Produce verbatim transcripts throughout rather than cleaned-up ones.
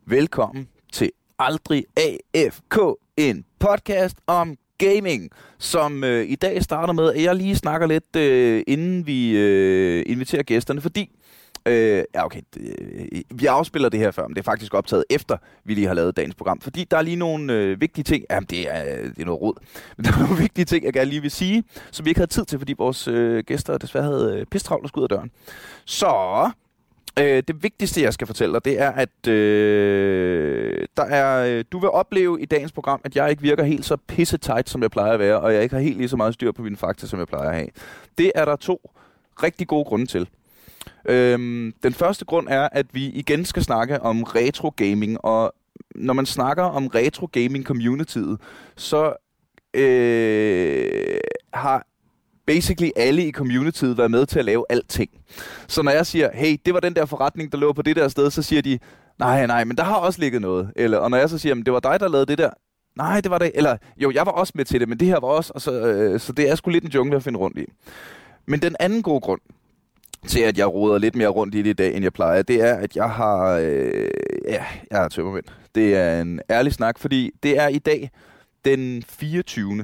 Velkommen til Aldrig A F K, en podcast om gaming, som øh, i dag starter med, at jeg lige snakker lidt, øh, inden vi øh, inviterer gæsterne, fordi øh, ja okay, øh, vi afspiller det her før, men det er faktisk optaget efter, vi lige har lavet dagens program, fordi der er lige nogle øh, vigtige ting, jamen det er, det er noget rod, men der er nogle vigtige ting, jeg gerne lige vil sige, som vi ikke havde tid til, fordi vores øh, gæster desværre havde øh, pistravlt og skulle ud af døren. Så Øh, det vigtigste, jeg skal fortælle dig, det er, at øh, der er, du vil opleve i dagens program, at jeg ikke virker helt så pisse tight, som jeg plejer at være, og jeg ikke har helt lige så meget styr på mine fakta, som jeg plejer at have. Det er der to rigtig gode grunde til. Øhm, den første grund er, at vi igen skal snakke om retro gaming, og når man snakker om retro gaming communityet, så øh, har basically alle i communityet været med til at lave alting. Så når jeg siger, hey, det var den der forretning, der lå på det der sted, så siger de, nej, nej, men der har også ligget noget. Eller, og når jeg så siger, det var dig, der lavede det der, nej, det var det. Eller, jo, jeg var også med til det, men det her var også, og så, øh, så det er sgu lidt en jungle at finde rundt i. Men den anden gode grund til, at jeg roder lidt mere rundt i det i dag, end jeg plejer, det er, at jeg har, øh, ja, jeg har tømmermænd. Det er en ærlig snak, fordi det er i dag den fireogtyvende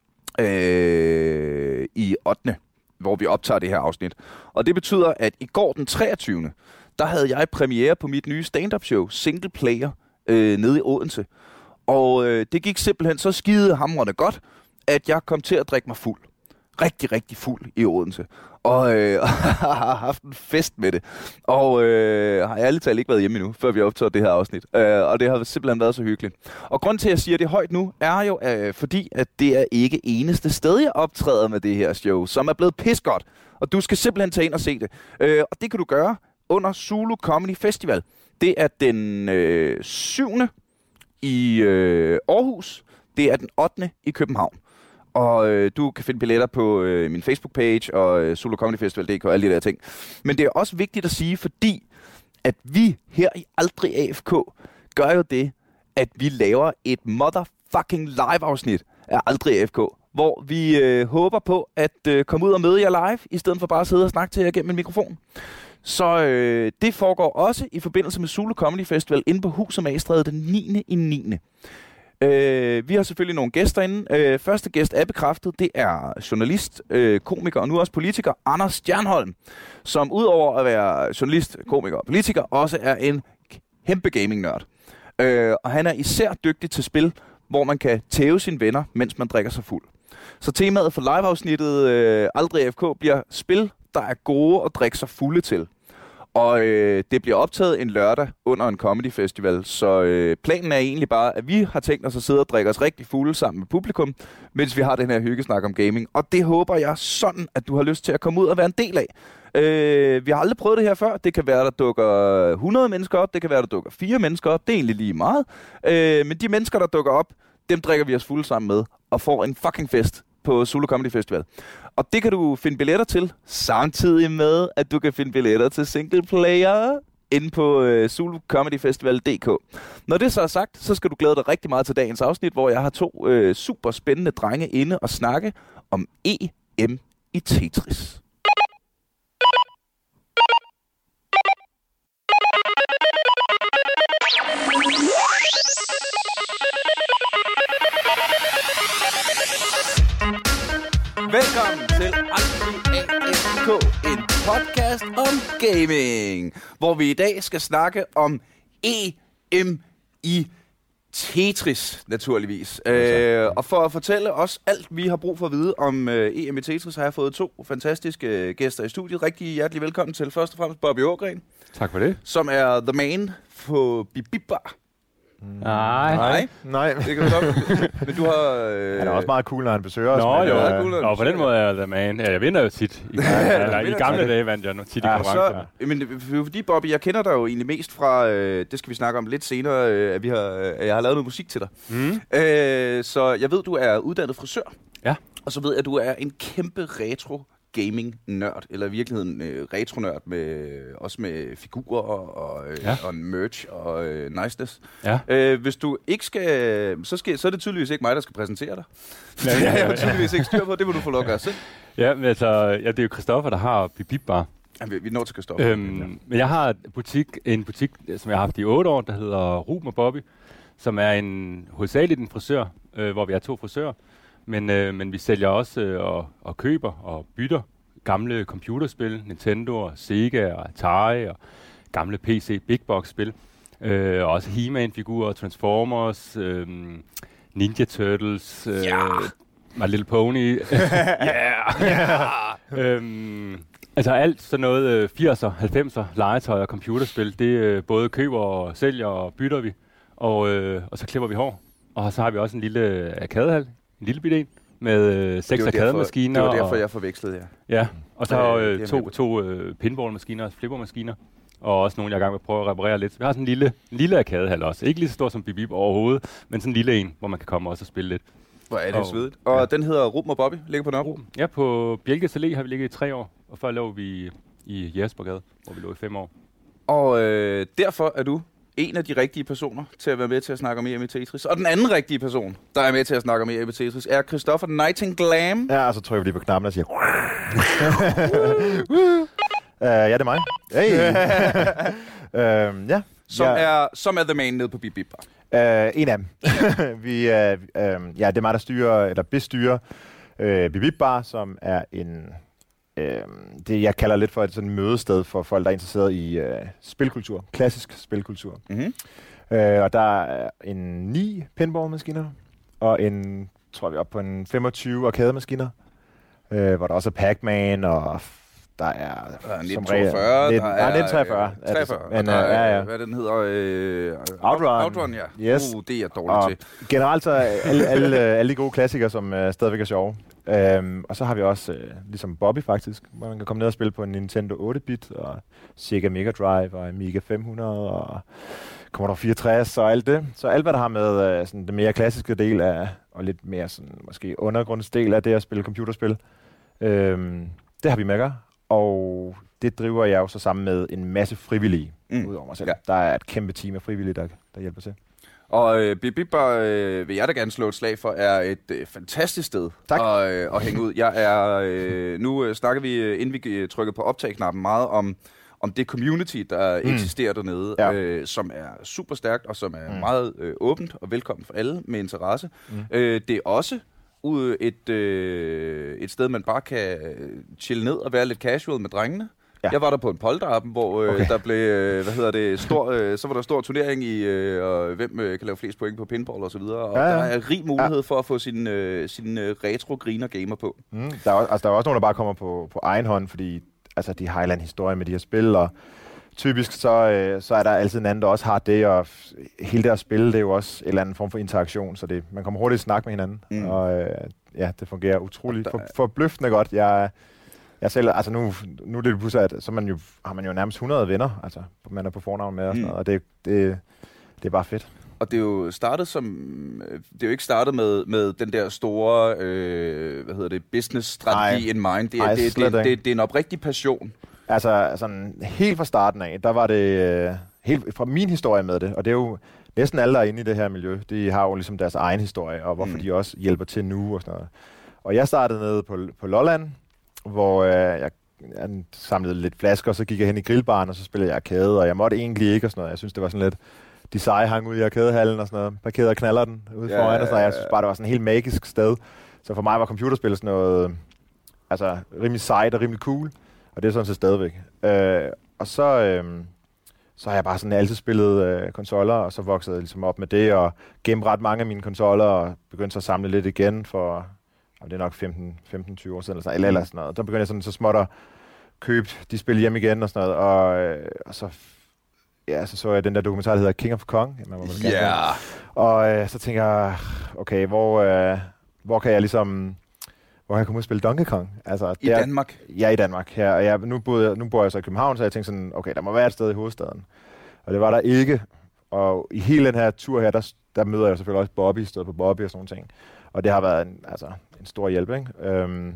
Øh, i ottende hvor vi optager det her afsnit. Og det betyder, at i går den treogtyvende der havde jeg premiere på mit nye stand-up show, Single Player, øh, nede i Odense. Og øh, det gik simpelthen så skide hamrende godt, at jeg kom til at drikke mig fuld. Rigtig, rigtig fuld i Odense. Og øh, har haft en fest med det. Og øh, har ærligt talt ikke været hjemme endnu, før vi optager det her afsnit. Øh, og det har simpelthen været så hyggeligt. Og grunden til, at jeg siger det højt nu, er jo øh, fordi, at det er ikke eneste sted, jeg optræder med det her show, som er blevet pissegodt. Og du skal simpelthen tage ind og se det. Øh, og det kan du gøre under Zulu Comedy Festival. Det er den øh, syvende i øh, Aarhus. Det er den ottende i København. Og øh, du kan finde billetter på øh, min Facebook-page og øh, Zulu Comedy Festival punktum d k og alle de der ting. Men det er også vigtigt at sige, fordi at vi her i Aldrig A F K gør jo det, at vi laver et motherfucking live-afsnit af Aldrig A F K, hvor vi øh, håber på at øh, komme ud og møde jer live, i stedet for bare at sidde og snakke til jer gennem en mikrofon. Så øh, det foregår også i forbindelse med Zulu Comedy Festival inde på Hus og Magstræde den niende i niende Øh, vi har selvfølgelig nogle gæster inde. Øh, første gæst er bekræftet. Det er journalist, øh, komiker og nu også politiker Anders Stjernholm, som udover at være journalist, komiker og politiker, også er en kæmpe gaming-nørd. Øh, og han er især dygtig til spil, hvor man kan tæve sine venner, mens man drikker sig fuld. Så temaet for live-afsnittet øh, Aldrig A F K bliver spil, der er gode at drikke sig fulde til. Og øh, det bliver optaget en lørdag under en comedy festival, så øh, planen er egentlig bare, at vi har tænkt os at sidde og drikke os rigtig fulde sammen med publikum, mens vi har den her hyggesnak om gaming. Og det håber jeg sådan, at du har lyst til at komme ud og være en del af. Øh, vi har aldrig prøvet det her før. Det kan være, der dukker hundrede mennesker op, det kan være, der dukker fire mennesker op. Det er egentlig lige meget. Øh, men de mennesker, der dukker op, dem drikker vi os fulde sammen med og får en fucking fest på Zulu Comedy Festival. Og det kan du finde billetter til, samtidig med, at du kan finde billetter til Single Player inde på øh, Zulu Comedy Festival punktum d k. Når det så er sagt, så skal du glæde dig rigtig meget til dagens afsnit, hvor jeg har to øh, super spændende drenge inde og snakke om E M i Tetris. Velkommen til Aldrig A F K, en podcast om gaming, hvor vi i dag skal snakke om E M i Tetris, naturligvis. Øh, og for at fortælle os alt, vi har brug for at vide om øh, E M i Tetris, har jeg fået to fantastiske øh, gæster i studiet. Rigtig hjertelig velkommen til først og fremmest Bobby Ågren. Tak for det. Som er the man på Bip Bip Bar. Nej. Nej. Nej. Det kan du godt. Men du har... Øh... Han er også meget cool, når han besøger os. Nå, men, jo. meget cool, Nå, på den måde er jeg the man. Ja, jeg vinder jo tit. I, eller, i gamle dage vandt jeg tit i ja, konkurrencer. Så, men fordi, Bobby, jeg kender dig jo egentlig mest fra... Øh, det skal vi snakke om lidt senere, øh, at, vi har, øh, jeg har lavet noget musik til dig. Mm. Øh, så jeg ved, du er uddannet frisør. Ja. Og så ved jeg, at du er en kæmpe retro gaming-nørd, eller i virkeligheden øh, retro-nørd, med, også med figurer og, øh, ja. og merch og øh, niceness. Ja. Øh, hvis du ikke skal så, skal, så er det tydeligvis ikke mig, der skal præsentere dig. Ja, ja, ja, ja. Jeg har tydeligvis ikke styr på, det må du få lov at gøre selv. Ja, men altså, ja, det er jo Christoffer, der har Bip Bip Bar. Jamen, vi, vi når til Christoffer. Øhm, men jeg har butik, en butik, som jeg har haft i otte år, der hedder Ruben og Bobby, som er en hovedsageligt en frisør, øh, hvor vi er to frisører. Men, øh, men vi sælger også øh, og, og køber og bytter gamle computerspil, Nintendo og Sega og Atari og gamle P C Big Box-spil. Øh, og også He-Man-figurer, Transformers, øh, Ninja Turtles, øh, ja. My Little Pony. yeah! yeah. øhm, altså alt sådan noget øh, firser, halvfemser, legetøj og computerspil, det øh, både køber og sælger og bytter vi. Og, øh, og så klipper vi hår. Og så har vi også en lille arkadehal, en lille bitte en, med øh, seks arkademaskiner. Det var derfor, jeg forvekslede, ja. Ja, og så øh, to, to øh, pinballmaskiner og flippermaskiner. Og også nogle, jeg er i gang med at prøve at reparere lidt. Vi har sådan en lille, en lille arkadehal også. Ikke lige så stor som Bip Bip overhovedet, men sådan en lille en, hvor man kan komme også og spille lidt. Hvor er det svedigt. Og ja. Den hedder Ruben og Bobby, ligger på Nørrebro. Ja, på Bjelkes Allé har vi ligget i tre år, og før lå vi i Jespergade, hvor vi lå i fem år. Og øh, derfor er du en af de rigtige personer til at være med til at snakke om E M i Tetris. Og den anden rigtige person, der er med til at snakke om E M i Tetris, er Christoffer Nightingale. Ja, og så trykker vi lige på knappen og siger... uh, ja, det er mig. Hey. uh, ja. Som, ja. er, som er the man nede på Bip Bip Bar. Uh, en af dem. vi, uh, uh, ja, det er mig, der styrer, eller bestyrer uh, Bip Bip Bar, som er en... Uh, det, jeg kalder lidt for et sådan mødested for folk, der er interesseret i uh, spilkultur. Klassisk spilkultur. Mm-hmm. Uh, og der er en ni pinballmaskiner, og en, tror vi, op på en femogtyve arkademaskiner, uh, hvor der også er Pac-Man, og der er... Der er nitten toogfyrre, der er... nitten treogfyrre. treogfyrre, men, der er, ja, ja. Hvad den hedder? Øh, Outrun. Outrun, ja. Yes. Uh, det er jeg dårligt og til. Generelt så er alle, alle, alle de gode klassikere, som uh, stadigvæk er sjove. Um, og så har vi også, uh, ligesom Bobby faktisk, hvor man kan komme ned og spille på en Nintendo otte bit, og Sega Mega Drive, og Amiga fem hundrede, og Commodore fireogtres, og alt det. Så alt, hvad der har med uh, sådan det mere klassiske del af, og lidt mere sådan, måske undergrundsdel af det at spille computerspil, um, det har vi med at gøre. Og det driver jeg jo så sammen med en masse frivillige mm. ud over mig selv. Ja. Der er et kæmpe team af frivillige, der, der hjælper til. Og øh, Bip Bip Bar, øh, vil jeg da gerne slå et slag for, er et øh, fantastisk sted at, øh, at hænge ud. Jeg er, øh, nu øh, snakker vi, øh, inden vi trykker på optag-knappen, meget om, om det community, der mm. eksisterer dernede, ja. øh, som er super stærkt, og som er mm. meget øh, åbent og velkommen for alle med interesse. Mm. Øh, det er også ud et, øh, et sted, man bare kan chille ned og være lidt casual med drengene. Ja. Jeg var der på en polterappen, hvor øh, okay. der blev, øh, hvad hedder det, stor, øh, så var der stor turnering i, øh, og hvem øh, kan lave flest point på pinball og så videre. Og ja, ja. Der er rig mulighed ja. for at få sin, øh, sin øh, retro-griner-gamer på. Mm. Der, er også, altså, der er også nogen, der bare kommer på, på egen hånd, fordi altså, de har en eller anden historie med de her spil, og typisk så, øh, så er der altid en anden, der også har det, og hele det at spille, det er jo også en eller anden form for interaktion, så det, man kommer hurtigt i snak med hinanden, mm. og øh, ja, det fungerer utroligt for, forbløffende godt. Jeg Jeg selv, altså nu, nu er det pludselig, at så man jo, har man jo nærmest hundrede venner, altså man er på fornavn med og sådan mm. noget, og det, det, det er bare fedt. Og det er jo startet som, det er jo ikke startet med, med den der store, øh, hvad hedder det, business-strategi in mind. Det er, Ej, det, det, det, det, det er en oprigtig passion. Altså sådan helt fra starten af, der var det, helt fra min historie med det, og det er jo næsten alle, der er inde i det her miljø, de har jo ligesom deres egen historie, og hvorfor mm. de også hjælper til nu og sådan noget. Og jeg startede nede på, på Lolland, hvor øh, jeg, jeg samlede lidt flasker, og så gik jeg hen i grillbaren, og så spillede jeg arcade, og jeg måtte egentlig ikke og sådan noget. Jeg synes, det var sådan lidt, de seje hang ud i arcadehallen og sådan noget, parkerede og knaller den ude ja, foran, og sådan noget. Jeg synes bare, det var sådan et helt magisk sted. Så for mig var computerspil sådan noget, altså rimelig sejt og rimelig cool, og det er sådan set stadigvæk. Øh, og så, øh, så har jeg bare sådan altid spillet øh, konsoller, og så voksede jeg ligesom op med det, og gemte ret mange af mine konsoller, og begyndte så at samle lidt igen for... Og det er nok femten tyve år siden, eller sådan, eller, eller sådan noget. Der begyndte jeg sådan så småt at købe de spil hjem igen og sådan noget. Og, øh, og så, ja, så så jeg den der dokumentar, der hedder King of Kong. Ja. Yeah. Og øh, så tænker jeg, okay, hvor, øh, hvor kan jeg ligesom... Hvor kan jeg komme ud og spille Donkey Kong? Altså, I der, Danmark? Ja, i Danmark. Her. Og jeg, nu, boede, nu bor jeg så i København, så jeg tænkte sådan, okay, der må være et sted i hovedstaden. Og det var der ikke. Og i hele den her tur her, der, der møder jeg selvfølgelig også Bobby, stået på Bobby og sådan nogle ting. Og det har været en, altså, en stor hjælp, ikke? Øhm,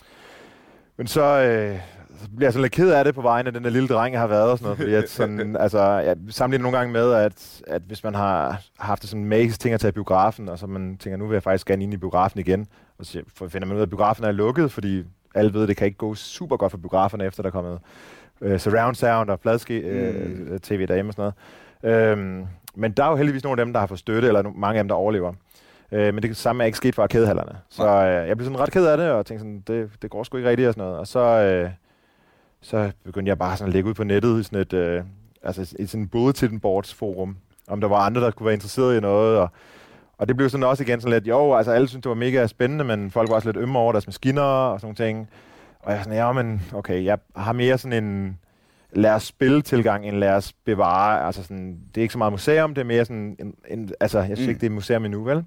men så, øh, så bliver jeg så lidt ked af det på vejen af den der lille dreng, jeg har været og sådan noget. Fordi at sådan, altså, jeg sammenligner nogle gange med, at, at hvis man har haft det sådan en magisk ting at tage i biografen, og så man tænker, nu vil jeg faktisk gerne ind i biografen igen, og så finder man ud af, at biografen er lukket, fordi alle ved, at det kan ikke gå super godt for biograferne, efter der er kommet øh, surround sound og fladske øh, mm. tv derhjemme og sådan noget. Øhm, men der er jo heldigvis nogle af dem, der har fået støtte, eller mange af dem, der overlever. Øh, men det samme er ikke sket for arkadehallerne. Så øh, jeg blev sådan ret ked af det, og tænkte sådan, det, det går sgu ikke rigtigt og sådan noget. Og så, øh, så begyndte jeg bare sådan at lægge ud på nettet i sådan et, øh, altså i sådan et bulletin boards forum, om der var andre, der kunne være interesseret i noget. Og, og det blev sådan også igen sådan lidt, jo, altså alle syntes, det var mega spændende, men folk var også lidt ømme over deres maskiner og sådan nogle ting. Og jeg er sådan, ja, men okay, jeg har mere sådan en lad os spille tilgang, end lad os bevare. Altså sådan, det er ikke så meget museum, det er mere sådan, en, en, altså jeg synes mm. ikke, det er museum endnu, vel?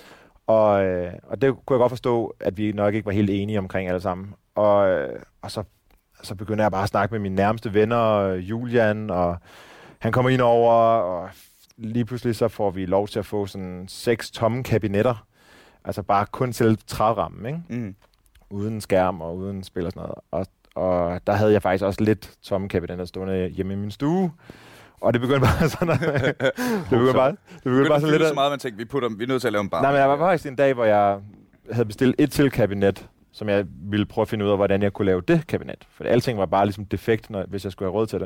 Og, øh, og det kunne jeg godt forstå, at vi nok ikke var helt enige omkring alle sammen. Og, øh, og så, så begynder jeg bare at snakke med mine nærmeste venner, Julian, og han kommer ind over, og lige pludselig så får vi lov til at få sådan seks tomme kabinetter. Altså bare kun selv trærammen, ikke? Mm. Uden skærm og uden spil og sådan noget. Og, og der havde jeg faktisk også lidt tomme kabinetter stående hjemme i min stue. Og det begyndte bare sådan at... det begyndte bare, det begyndte bare sådan lidt... så meget, man tænkte, vi, putter, vi er nødt til at lave en bar. Nej, men jeg var faktisk en dag, hvor jeg havde bestilt et til kabinet, som jeg ville prøve at finde ud af, hvordan jeg kunne lave det kabinet. For alting var bare ligesom defekt, når, hvis jeg skulle have råd til det.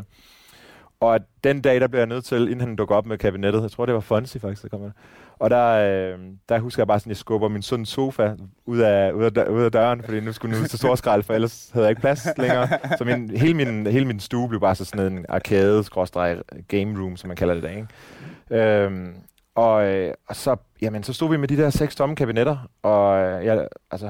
Og den dag, der blev jeg nødt til, inden han dukkede op med kabinettet, jeg tror, det var Fonzie faktisk, der kom med. Og der, øh, der husker jeg bare sådan, at jeg skubber min sunde sofa ud af, ud af, dø- ud af døren, fordi nu skulle den ud til storskrald, for ellers havde jeg ikke plads længere. Så min, hele, min, hele min stue blev bare så sådan en arcade-game room, som man kalder det der, ikke? Øhm, og, øh, og så, jamen, så stod vi med de der seks tomme kabinetter, og øh, jeg, altså...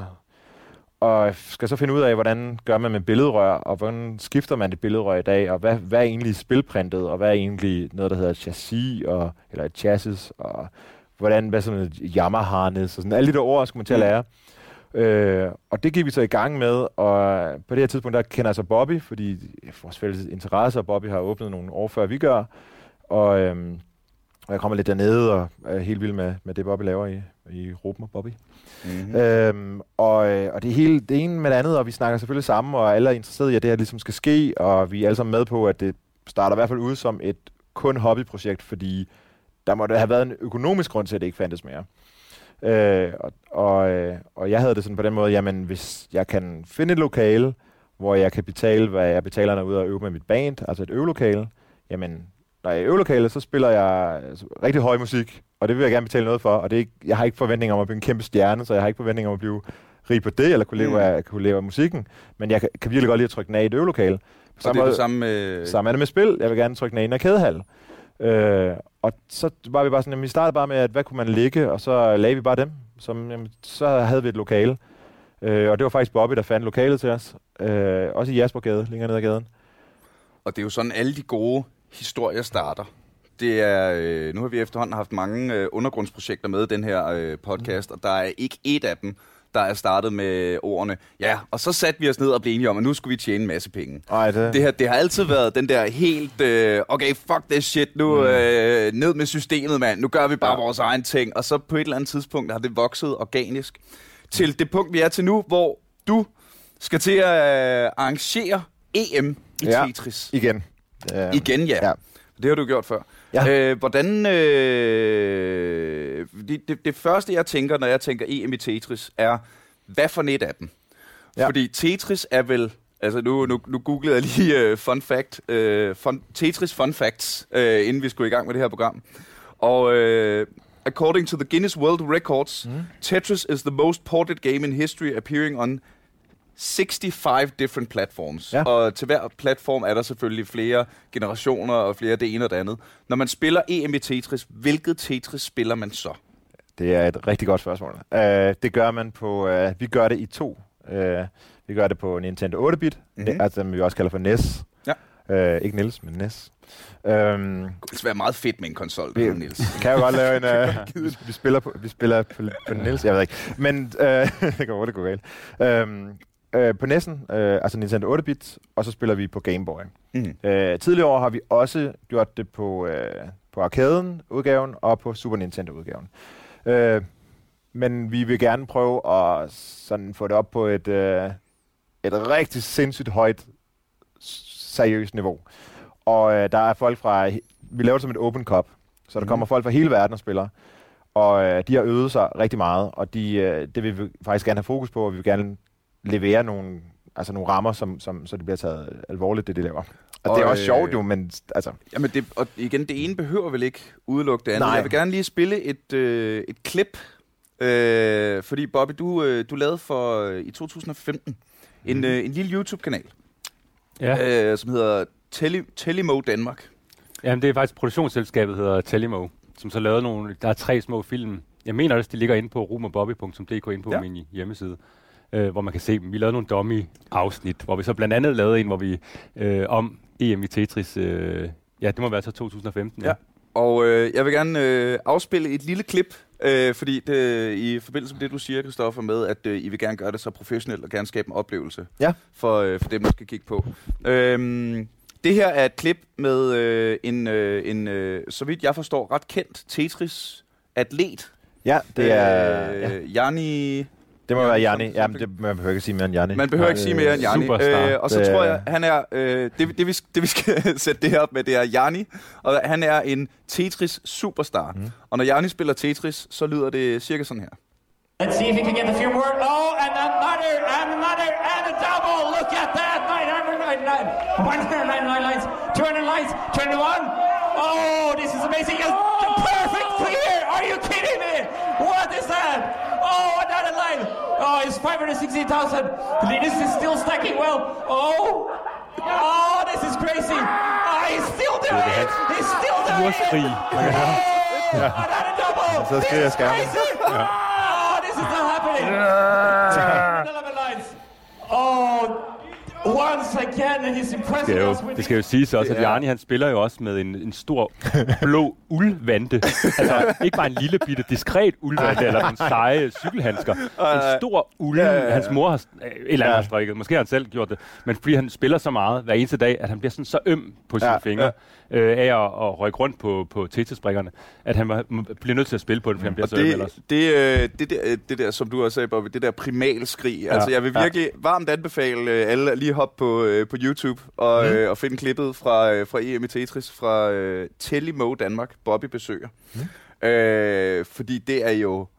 Og skal så finde ud af, hvordan gør man med billedrør, og hvordan skifter man det billedrør i dag, og hvad, hvad er egentlig spilprintet, og hvad er egentlig noget, der hedder chassis, og, eller et chassis, og hvordan, hvad sådan et Yamaha-harness, og sådan alle de der ord, skulle man til at lære. Mm. Øh, og det gik vi så i gang med, og på det her tidspunkt, der kender jeg så Bobby, fordi vores fælles interesse, og Bobby har åbnet nogle år før vi gør, og, øhm, og jeg kommer lidt dernede, og er helt vild med, med det, Bobby laver i, i Ruben og Bobby. Mm-hmm. Øhm, og, og det er hele det ene med det andet, og vi snakker selvfølgelig sammen, og alle er interesserede i, at det her ligesom skal ske, og vi er alle sammen med på, at det starter i hvert fald ud som et kun hobbyprojekt, fordi der må have været en økonomisk grund til, at det ikke fandtes mere. Øh, og, og, og jeg havde det sådan på den måde, jamen hvis jeg kan finde et lokale, hvor jeg kan betale, hvad jeg betaler, når jeg er ude og øve med mit band, altså et øvelokale, jamen når jeg er i øvelokale, så spiller jeg rigtig høj musik, og det vil jeg gerne betale noget for, og det er ikke, jeg har ikke forventninger om at blive en kæmpe stjerne, så jeg har ikke forventninger om at blive rig på det, eller kunne leve, mm. af, kunne leve af musikken, men jeg kan, kan virkelig godt lide at trykke den af i et øvelokale. Så det er det samme med... Samme er det med spil. Jeg vil gerne trykke den af i en arkadehal. Øh, og så var vi bare sådan, jamen, vi startede bare med, at hvad kunne man lægge, og så lagde vi bare dem. Som, jamen, så havde vi et lokale. Øh, og det var faktisk Bobby, der fandt lokalet til os. Øh, også i Jaspergade, længere ned ad gaden. Og det er jo sådan, alle de gode historier starter. Det er, øh, nu har vi efterhånden haft mange øh, undergrundsprojekter med den her øh, podcast, mm. og der er ikke ét af dem, der er startet med ordene, ja, og så satte vi os ned og blev enige om, at nu skulle vi tjene en masse penge. Ej, det... Det, her, det har altid været den der helt, øh, okay, fuck this shit, nu mm. øh, ned med systemet, mand, nu gør vi bare ja. vores egen ting, og så på et eller andet tidspunkt har det vokset organisk til det punkt, vi er til nu, hvor du skal til at øh, arrangere E M i ja. Tetris. Igen. Uh, Igen, ja. ja. Det har du gjort før. Ja. Øh, hvordan... Øh, det, det, det første, jeg tænker, når jeg tænker E M i Tetris, er, hvad for net af dem? Ja. Fordi Tetris er vel... Altså, nu, nu, nu googlede jeg lige uh, fun fact. Uh, fun, Tetris fun facts, uh, inden vi skulle i gang med det her program. Og uh, according to the Guinness World Records, mm. Tetris is the most ported game in history, appearing on seksogfirs different platforms. Ja. Og til hver platform er der selvfølgelig flere generationer og flere det ene og det andet. Når man spiller E M i Tetris, hvilket Tetris spiller man så? Det er et rigtig godt spørgsmål. Uh, det gør man på... Uh, vi gør det i to. Uh, vi gør det på Nintendo otte bit, mm-hmm. altså vi også kalder for N E S. Ja. Uh, ikke Niels, men N E S. Um, det kunne være meget fedt med en konsol, der hedder Niels. Kan jo godt lave en... Uh, vi, vi spiller på, vi spiller på, på Niels, jeg ved ikke. Men uh, det går det går galt. Um, Uh, på N E S'en, uh, altså Nintendo otte bit, og så spiller vi på Game Boy. Mm. Uh, tidligere år har vi også gjort det på, uh, på arcaden-udgaven og på Super Nintendo-udgaven. Uh, men vi vil gerne prøve at sådan få det op på et, uh, et rigtig sindssygt højt, seriøst niveau. Og uh, der er folk fra... Vi laver det som et open cup, så der mm. kommer folk fra hele verden og spiller. Og uh, de har øvet sig rigtig meget, og de, uh, det vil vi faktisk gerne have fokus på, og vi vil gerne levere nogle altså nogle rammer, som, som, så det bliver taget alvorligt, det de laver. Og, og og det er også øh, sjovt jo, men altså... Jamen det, og igen, det ene behøver vel ikke udelukke det andet. Nej. Jeg vil gerne lige spille et, øh, et klip, øh, fordi Bobby, du, øh, du lavede for øh, i to tusind og femten mm. en, øh, en lille YouTube-kanal, Ja. øh, som hedder Tele, Telimo Danmark. Jamen, det er faktisk produktionsselskabet, der hedder Telimo, som så lavede nogle, der er tre små film. Jeg mener også, de ligger inde på rumabobby punktum d k inde på ja. min hjemmeside, øh, hvor man kan se dem. Vi lavede nogle dummy-afsnit, hvor vi så blandt andet lavede en, hvor vi øh, om E M i Tetris, øh, ja, det må være så to tusind og femten. Ja. Ja. Og øh, jeg vil gerne øh, afspille et lille klip, øh, fordi det, i forbindelse med det, du siger, Christoffer, med, at øh, I vil gerne gøre det så professionelt og gerne skabe en oplevelse Ja. for, øh, for dem, der skal kigge på. Øhm, det her er et klip med øh, en, øh, en øh, så vidt jeg forstår, ret kendt Tetris-atlet. Ja, det er... Øh, ja. Janni... Det må Janni være Janni. som- Jamen, det, man behøver ikke sige mere end Janni. Man behøver ikke sige mere end Janni. Superstar. Øh, og så Det- tror jeg, han er... Øh, det, det, vi, det, vi skal sætte det her op med, det er Janni. Og han er en Tetris-superstar. Mm. Og når Janni spiller Tetris, så lyder det cirka sådan her. Let's see if he can get the few more. Oh, and another, and another, and a double. Look at that. nine hundred ninety-nine. one hundred ninety-nine lines. two hundred lines. twenty-one. Oh, this is amazing. A perfect clear. Are you kidding me? What is that? Oh, another line. Oh, it's five hundred sixty thousand. Linus is still stacking well. Oh. Oh, this is crazy. Oh, he's still doing it. He's still doing it. Urskrig. Oh, another double. Så skriger It's skærmen. crazy. Oh, this is not happening. eleven lines. Oh, once again, he's Det, impressing er jo, us with det skal jo siges også, at Ja. Jarni, han spiller jo også med en, en stor blå uldvante. Altså ikke bare en lille bitte diskret uldvante eller nogle seje cykelhandsker. En stor uld. Ja, ja, ja. Hans mor har øh, et eller andet har strikket. Måske har han selv gjort det. Men fordi han spiller så meget hver eneste dag, at han bliver sådan så øm på sine Ja, fingre øh, af at, at rykke rundt på, på Tetris-brikkerne, at han må, må, bliver nødt til at spille på den, fordi han bliver Og så øm det, ellers. det, øh, det, der, det der, som du også sagde, Bobby, det der primalskrig. Ja. Altså, jeg vil virkelig ja. varmt anbefale øh, alle at lige hoppe på, øh, på YouTube og, mm. øh, og finde klippet fra, øh, fra E M i Tetris fra øh, Telimo Danmark, Bobby besøger. Mm. Øh, fordi det er jo...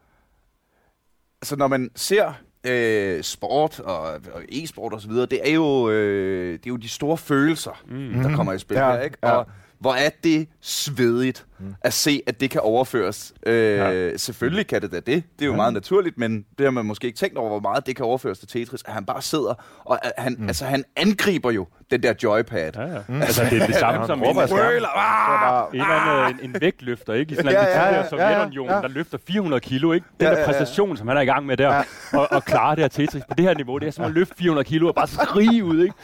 Altså, når man ser øh, sport og, og e-sport og så videre, det er jo, øh, det er jo de store følelser, mm. der kommer i spil Ja, her, ikke? ja. Og hvor er det svedigt mm. at se, at det kan overføres. Øh, ja. Selvfølgelig kan det da det. Det er jo ja. meget naturligt, men det har man måske ikke tænkt over, hvor meget det kan overføres til Tetris. At han bare sidder, og at han, mm. altså, han angriber jo den der joypad. Ja, ja. Mm. Altså, det er det samme som en, råber af skærmen. Whirler, ah! en, eller anden, en, en vægtløfter, ikke? I sådan en Ja, ja, ja, ja, ja, Sovjetunionen, ja, ja. der løfter fire hundrede kilo, ikke? Den Ja, der ja, ja. præstation, som han er i gang med der, ja. og, og klare det her Tetris på det her niveau, det er som at løfte fire hundrede kilo og bare skrige ud, ikke?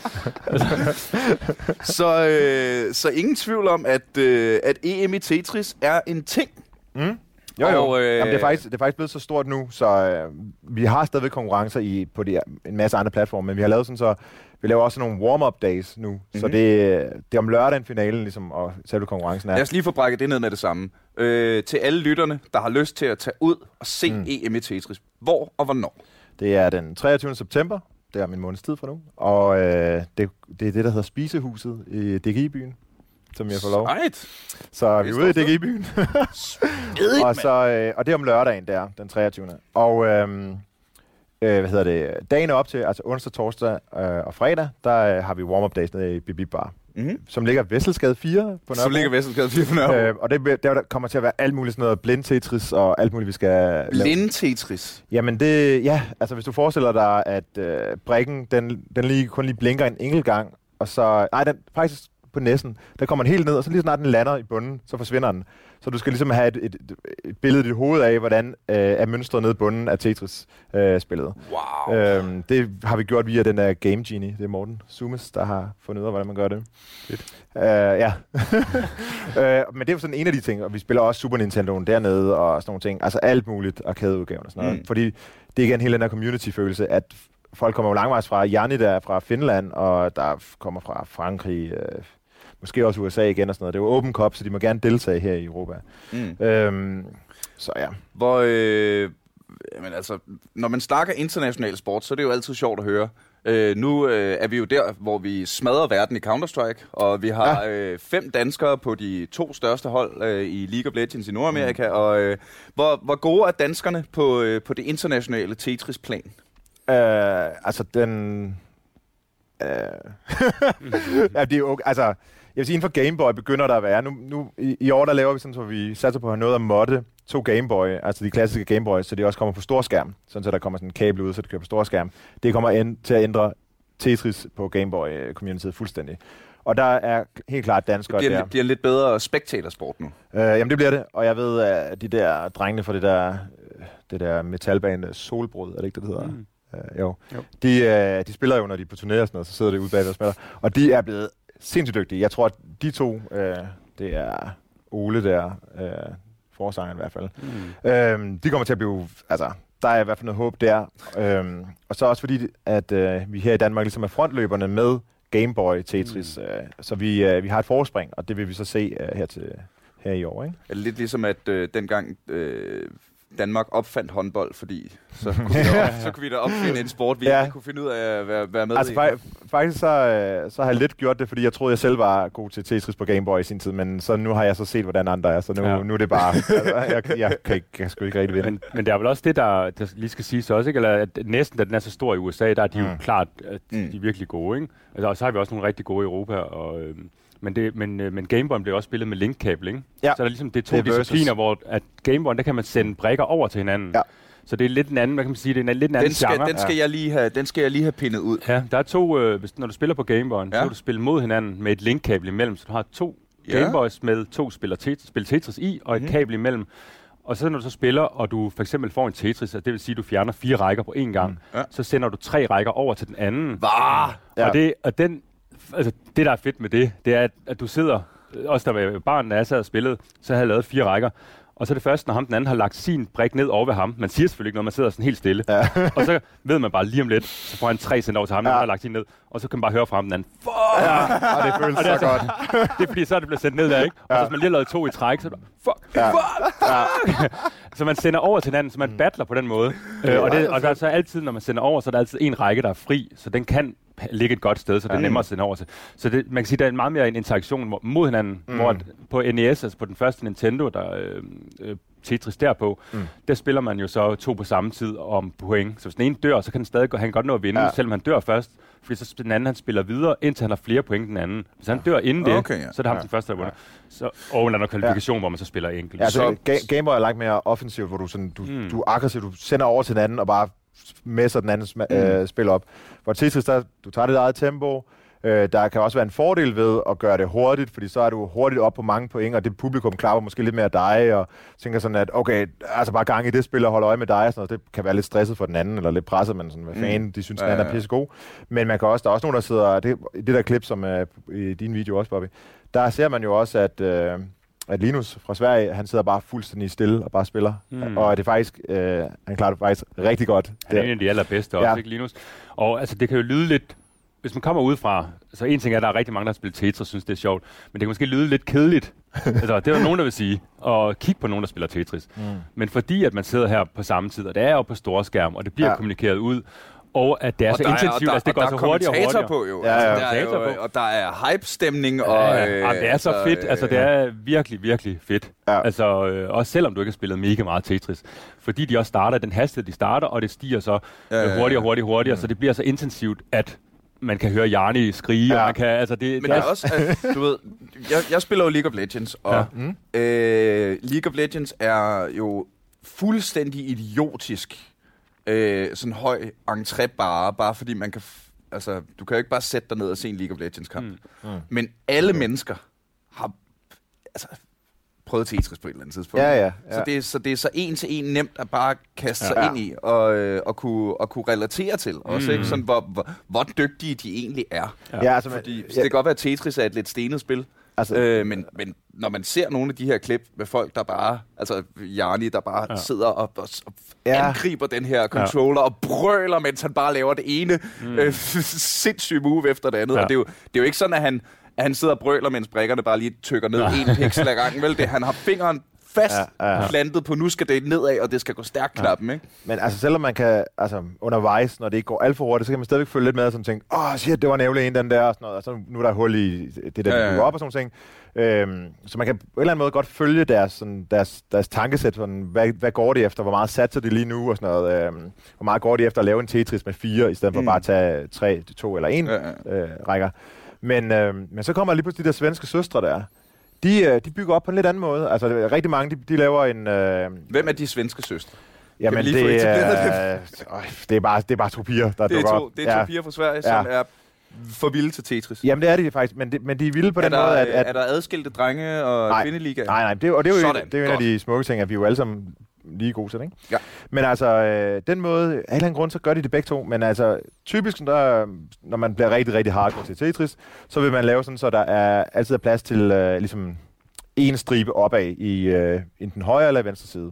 Så, øh, så ingen tvivl om, at, øh, at E M i Tetris er en ting. Mm. Jo, jo. Og, øh, Jamen, det, er faktisk, det er faktisk blevet så stort nu, så øh, vi har stadigvæk konkurrencer i, på de, en masse andre platforme, men vi har lavet sådan så, vi laver også nogle warm-up days nu, mm-hmm. så det, det er om lørdagen finalen, ligesom, og selve konkurrencen er. Lad os lige få brækket det ned med det samme. Øh, til alle lytterne, der har lyst til at tage ud og se mm. E M i Tetris. Hvor og hvornår? Det er den treogtyvende september, det er min måneds tid fra nu, og øh, det, det er det, der hedder Spisehuset i D G I-byen, som jeg får lov. Sejt. Så vi er ude i D G I-byen. og, så, øh, og det er om lørdagen, der, den treogtyvende Og øhm, øh, hvad hedder det, dagen op til, altså onsdag, torsdag øh, og fredag, der øh, har vi warm-up days nede i Bibi Bar, Mm-hmm. som ligger Vesselsgade fire på Nørrebro. Så ligger Vestelsgade fire på Nørrebro. Øh, og det, der kommer til at være alt muligt sådan noget blind Tetris og alt muligt, vi skal lave. Blind Tetris. Jamen det, ja, altså hvis du forestiller dig, at øh, brikken, den, den lige, kun lige blinker en enkelt gang, og så, nej, den faktisk på næsen, der kommer den helt ned, og så lige snart den lander i bunden, så forsvinder den. Så du skal ligesom have et, et, et billede i dit hoved af, hvordan øh, er mønstret nede i bunden af Tetris-spillet. Øh, wow. Øhm, det har vi gjort via den der Game Genie. Det er Morten Sumes, der har fundet ud af, hvordan man gør det. Fedt. Øh, ja. øh, men det er jo sådan en af de ting, og vi spiller også Super Nintendoen dernede, og sådan nogle ting. Altså alt muligt, arcadeudgaven og sådan noget. Mm. Fordi det er igen hele den der community-følelse, at folk kommer jo langvejs fra. Janni der er fra Finland, og der kommer fra Frankrig, øh, måske også U S A igen og sådan noget. Det er jo Open Cup, så de må gerne deltage her i Europa. Mm. Øhm, så ja. Hvor, øh, jamen altså, når man snakker international sport, så er det jo altid sjovt at høre. Øh, nu øh, er vi jo der, hvor vi smadrer verden i Counter-Strike, og vi har ja. øh, fem danskere på de to største hold øh, i League of Legends i Nordamerika. Mm. Og øh, hvor, hvor gode er danskerne på, øh, på det internationale Tetris-plan? Øh, altså den... ja, det er jo, altså, jeg vil sige, inden for Game Boy begynder der at være. Nu, nu i, i år, der laver vi sådan, så vi satser på at have noget at modde to Game Boy, altså de klassiske Game Boy, så de også kommer på storskærm, sådan så der kommer sådan en kabel ud, så det kører på storskærm. Det kommer ind til at ændre Tetris på Game Boy-communityet fuldstændig. Og der er helt klart danskere det bliver, der. Det bliver en lidt bedre spectatorsport nu. Øh, jamen det bliver det, og jeg ved, at de der drengene fra det der, det der metalband Solbrud, er det ikke det, det hedder? Mm. Øh, jo. jo. De, øh, de spiller jo, når de er på turné og sådan noget, så sidder de ude bagved og spiller. Og de er blevet sindssygt dygtige. Jeg tror, at de to, øh, det er Ole der, øh, forsangeren i hvert fald, mm. øh, de kommer til at blive, altså, der er i hvert fald noget håb der. Øh, og så også fordi, at øh, vi her i Danmark ligesom er frontløberne med Game Boy Tetris, mm. øh, så vi, øh, vi har et forspring, og det vil vi så se øh, her, til, her i år. Ikke? Er det lidt ligesom, at øh, dengang øh, Danmark opfandt håndbold, fordi så kunne, vi da, så kunne vi da opfinde en sport, vi ja. ikke kunne finde ud af at være, være med altså, i. Fa- faktisk så, øh, så har jeg lidt gjort det, fordi jeg troede, jeg selv var god til Tetris på Game Boy i sin tid, men så nu har jeg så set, hvordan andre er, så nu, ja. nu er det bare, altså, jeg, jeg, jeg, kan ikke, jeg kan sgu ikke rigtig vinde. Men, men det er vel også det, der, der lige skal siges også, ikke? Eller at næsten, da den er så stor i U S A, der er de mm. jo klart, at mm. de er virkelig gode, ikke? Altså, og så har vi også nogle rigtig gode i Europa, og... Øh, Men, det, men, men Game Boy bliver også spillet med linkkabel, ikke? Ja. Så er der ligesom det er to det er discipliner, hvor at Game Boy, der kan man sende brikker over til hinanden. Ja. Så det er lidt en anden, hvad kan man sige, det er en lidt en anden den skal, genre. Den skal, ja. jeg lige have, den skal jeg lige have pindet ud. Ja, der er to, øh, hvis, når du spiller på Game Boy, ja. så kan du spille mod hinanden med et linkkabel imellem, så du har to ja. Game Boys med to spiller Tetris, spil Tetris i, og et mm. kabel imellem. Og så når du så spiller, og du for eksempel får en Tetris, det vil sige, at du fjerner fire rækker på én gang, mm. ja. så sender du tre rækker over til den anden. Hva? Ja. Og, det, og den, altså, det, der er fedt med det, det er, at, at du sidder, også der var barn, da jeg sad og spillede, så havde jeg lavet fire rækker. Og så er det først, når ham den anden har lagt sin brik ned over ved ham. Man siger selvfølgelig ikke noget, man sidder sådan helt stille. Ja. Og så ved man bare lige om lidt, så får han tre sendt over til ham, ja. der har lagt sin ned. Og så kan man bare høre fra ham den anden. Fuck! Ja. Og det føles og det så godt. Det er fordi, så er det blevet sendt ned der, ikke? Og ja. så hvis man lige har lavet to i træk, så er det bare, fuck! Ja. Fuck! Ja. Så man sender over til hinanden, så man mm. battler på den måde. Øh, og, det, og der er så altid, når man sender over, så er der altid en række, der er fri. Så den kan ligge et godt sted, så det er nemmere at sende over til. Så det, man kan sige, der er en meget mere en interaktion mod hinanden. Mm. Hvor på N E S, altså på den første Nintendo, der øh, øh, Tetris derpå, mm. der spiller man jo så to på samme tid om point. Så hvis den ene dør, så kan den stadig gå, han godt nå at vinde, ja. selvom han dør først. Fordi så den anden, han spiller videre, indtil han har flere point end den anden. Hvis han dør inden det, okay, ja. så er det ham ja. den første, der vundet. Så, og der er noget kvalifikation, ja. hvor man så spiller enkelt. Ja, så ga- Game Boy er langt mere offensivt, hvor du, sådan, du, mm. du er aggressiv, du sender over til den anden, og bare messer den anden sm- mm. øh, spil op. Hvor Tetris, der, du tager dit eget tempo. Øh, der kan også være en fordel ved at gøre det hurtigt, fordi så er du hurtigt op på mange point, og det publikum klapper måske lidt mere af dig, og tænker sådan, at okay, altså bare gang i det spil og holde øje med dig, og sådan noget. Det kan være lidt stresset for den anden, eller lidt presset, men sådan, hvad fanden, mm. de synes, ja, den anden er pissegod. Men man kan også, der er også nogen, der sidder, det, det der klip, som er i din video også, Bobby, der ser man jo også, at... Øh, at Linus fra Sverige, han sidder bare fuldstændig stille og bare spiller. Mm. Og det er faktisk, øh, han klarer det faktisk rigtig godt. Han er en af de allerbedste også, ja. ikke Linus? Og altså, det kan jo lyde lidt, hvis man kommer udefra, så en ting er, at der er rigtig mange, der har spillet Tetris, synes det er sjovt, men det kan måske lyde lidt kedeligt. altså, det er der nogen, der vil sige, og kigge på nogen, der spiller Tetris. Mm. Men fordi, at man sidder her på samme tid, og det er jo på store skærm, og det bliver ja. kommunikeret ud, og at det er og så intensivt, at altså, det går så hurtigt og hurtigt. På jo. Ja, ja. Altså, der er jo, og der er hype-stemning. Og, ja, ja. Øh, Jamen, det er så fedt. Altså, det er virkelig, virkelig fedt. Ja. Altså, øh, også selvom du ikke har spillet mega meget Tetris. Fordi de også starter, den hastighed, de starter, og det stiger så ja, ja, ja. hurtigere og hurtigere hurtigere, mm. så det bliver så intensivt, at man kan høre Jarni skrige, ja. og man kan, altså det... Men det er også, at, du ved, jeg, jeg spiller jo League of Legends, og ja. mm. øh, League of Legends er jo fuldstændig idiotisk. Øh, sådan høj entré bare, bare fordi man kan... F- altså, du kan jo ikke bare sætte dig ned og se en League of Legends-kamp. Mm. Mm. Men alle mm. mennesker har altså, prøvet Tetris på et eller andet tidspunkt. Ja, ja, ja. Så, det er, så det er så en til en nemt at bare kaste sig ja. ind i og, øh, og, kunne, og kunne relatere til. Også, mm. ikke? Sådan, hvor, hvor, hvor dygtige de egentlig er. Ja. Ja, altså, fordi, ja. Det kan godt være, at Tetris er et lidt stenet spil. Altså, øh, men, men når man ser nogle af de her klip med folk, der bare, altså Jarni, der bare ja. sidder og, og, og ja. angriber den her controller ja. og brøler, mens han bare laver det ene mm. øh, sindssyge move efter det andet. Ja. Og det er, jo, det er jo ikke sådan, at han, at han sidder og brøler, mens brikkerne bare lige tykker ned ja. en pixel ad gangen. Vel? Det, han har fingeren fast ja, ja. plantet på, nu skal det nedad, og det skal gå stærkt knappen, ikke? Men altså, selvom man kan, altså undervejs, når det ikke går alt for hurtigt, så kan man stadigvæk følge lidt med og sådan tænke, åh, oh, shit, det var en ærgerlig en, den der, og sådan noget, og så nu er der hul i det, der ja, ja, ja. bygger op og sådan ting. Øhm, så man kan på en eller anden måde godt følge deres, sådan, deres, deres tankesæt, sådan, hvad, hvad går det efter, hvor meget satser de lige nu, og sådan noget, øhm, hvor meget går de efter at lave en Tetris med fire, i stedet for mm. bare at tage tre, to eller en ja, ja. Øh, rækker. Men, øh, men så kommer lige pludselig de der svenske søstre der. De, øh, de bygger op på en lidt anden måde. Altså rigtig mange, de, de laver en... Øh, Hvem er de svenske søstre? Jamen det, øh, øh, det er bare det er bare to piger, der det er dukker to, op. Det er to ja. piger fra Sverige, ja. som er for vilde til Tetris. Jamen det er de faktisk, men, de, men de er vilde på er den der, måde, at, at... Er der adskilte drenge og kvindeliga? Nej, nej, det, og det er jo, Sådan, det er jo en af de smukke ting, at vi jo alle sammen lige gode til, ikke? Ja. Men altså, øh, den måde, af en eller anden grund, så gør de det begge to, men altså, typisk, der, når man bliver rigtig, rigtig hardcore til Tetris, så vil man lave sådan, så der er altid er plads til øh, ligesom en stribe opad i øh, enten højre eller venstre side.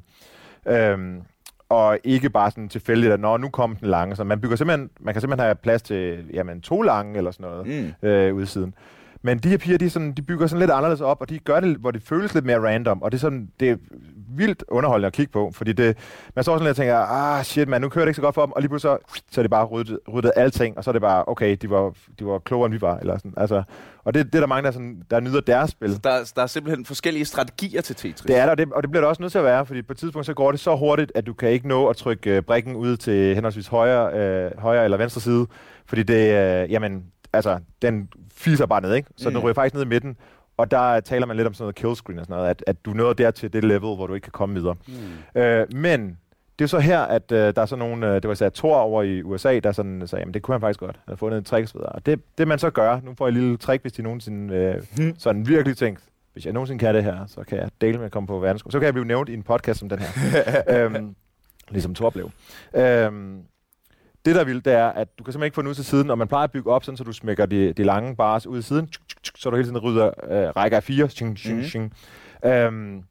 Øhm, og ikke bare sådan tilfældigt, at når nu kom den lange. Så man bygger simpelthen, man kan simpelthen have plads til jamen, to lange eller sådan noget mm. øh, ude siden. Men de her piger, de, sådan, de bygger sådan lidt anderledes op, og de gør det, hvor det føles lidt mere random, og det er sådan, det er vildt underholdende at kigge på, fordi det, man står sådan lidt og tænker, ah shit man, nu kører det ikke så godt for dem, og lige pludselig så, så er det bare ryddet, ryddet alting, og så er det bare, okay, de var, de var klogere end vi var, eller sådan, altså, og det, det er der mange, der, sådan, der nyder deres spil. Der, der er simpelthen forskellige strategier til Tetris. Det er der, og det, og det bliver der også nødt til at være, fordi på et tidspunkt så går det så hurtigt, at du kan ikke nå at trykke uh, brikken ud til henholdsvis højre, uh, højre eller venstre side, fordi det, uh, jamen, altså, den fiser bare ned, ikke? Så mm. den ryger faktisk ned i midten, og der taler man lidt om sådan noget killscreen og sådan noget, at, at du nåede der til det level, hvor du ikke kan komme videre. Mm. Øh, men det er så her, at øh, der er sådan nogle, øh, det var især Thor over i U S A, der sådan sagde, jamen det kunne han faktisk godt. Han har fundet en trick og videre. Og det, det man så gør, nu får jeg en lille trick, hvis de nogensinde øh, mm. sådan virkelig tænkt, hvis jeg nogensinde kan det her, så kan jeg dele med at komme på verdenskort. Så kan jeg blive nævnt i en podcast som den her. øhm, ligesom Thor blev. Øhm, Det, der vil, det er, at du kan simpelthen ikke få den ud til siden, og man plejer at bygge op, sådan, så du smækker de, de lange bars ud i siden, så du hele tiden rydder øh, rækker af fire. Tjing, tjing, mm-hmm. tjing. Øhm,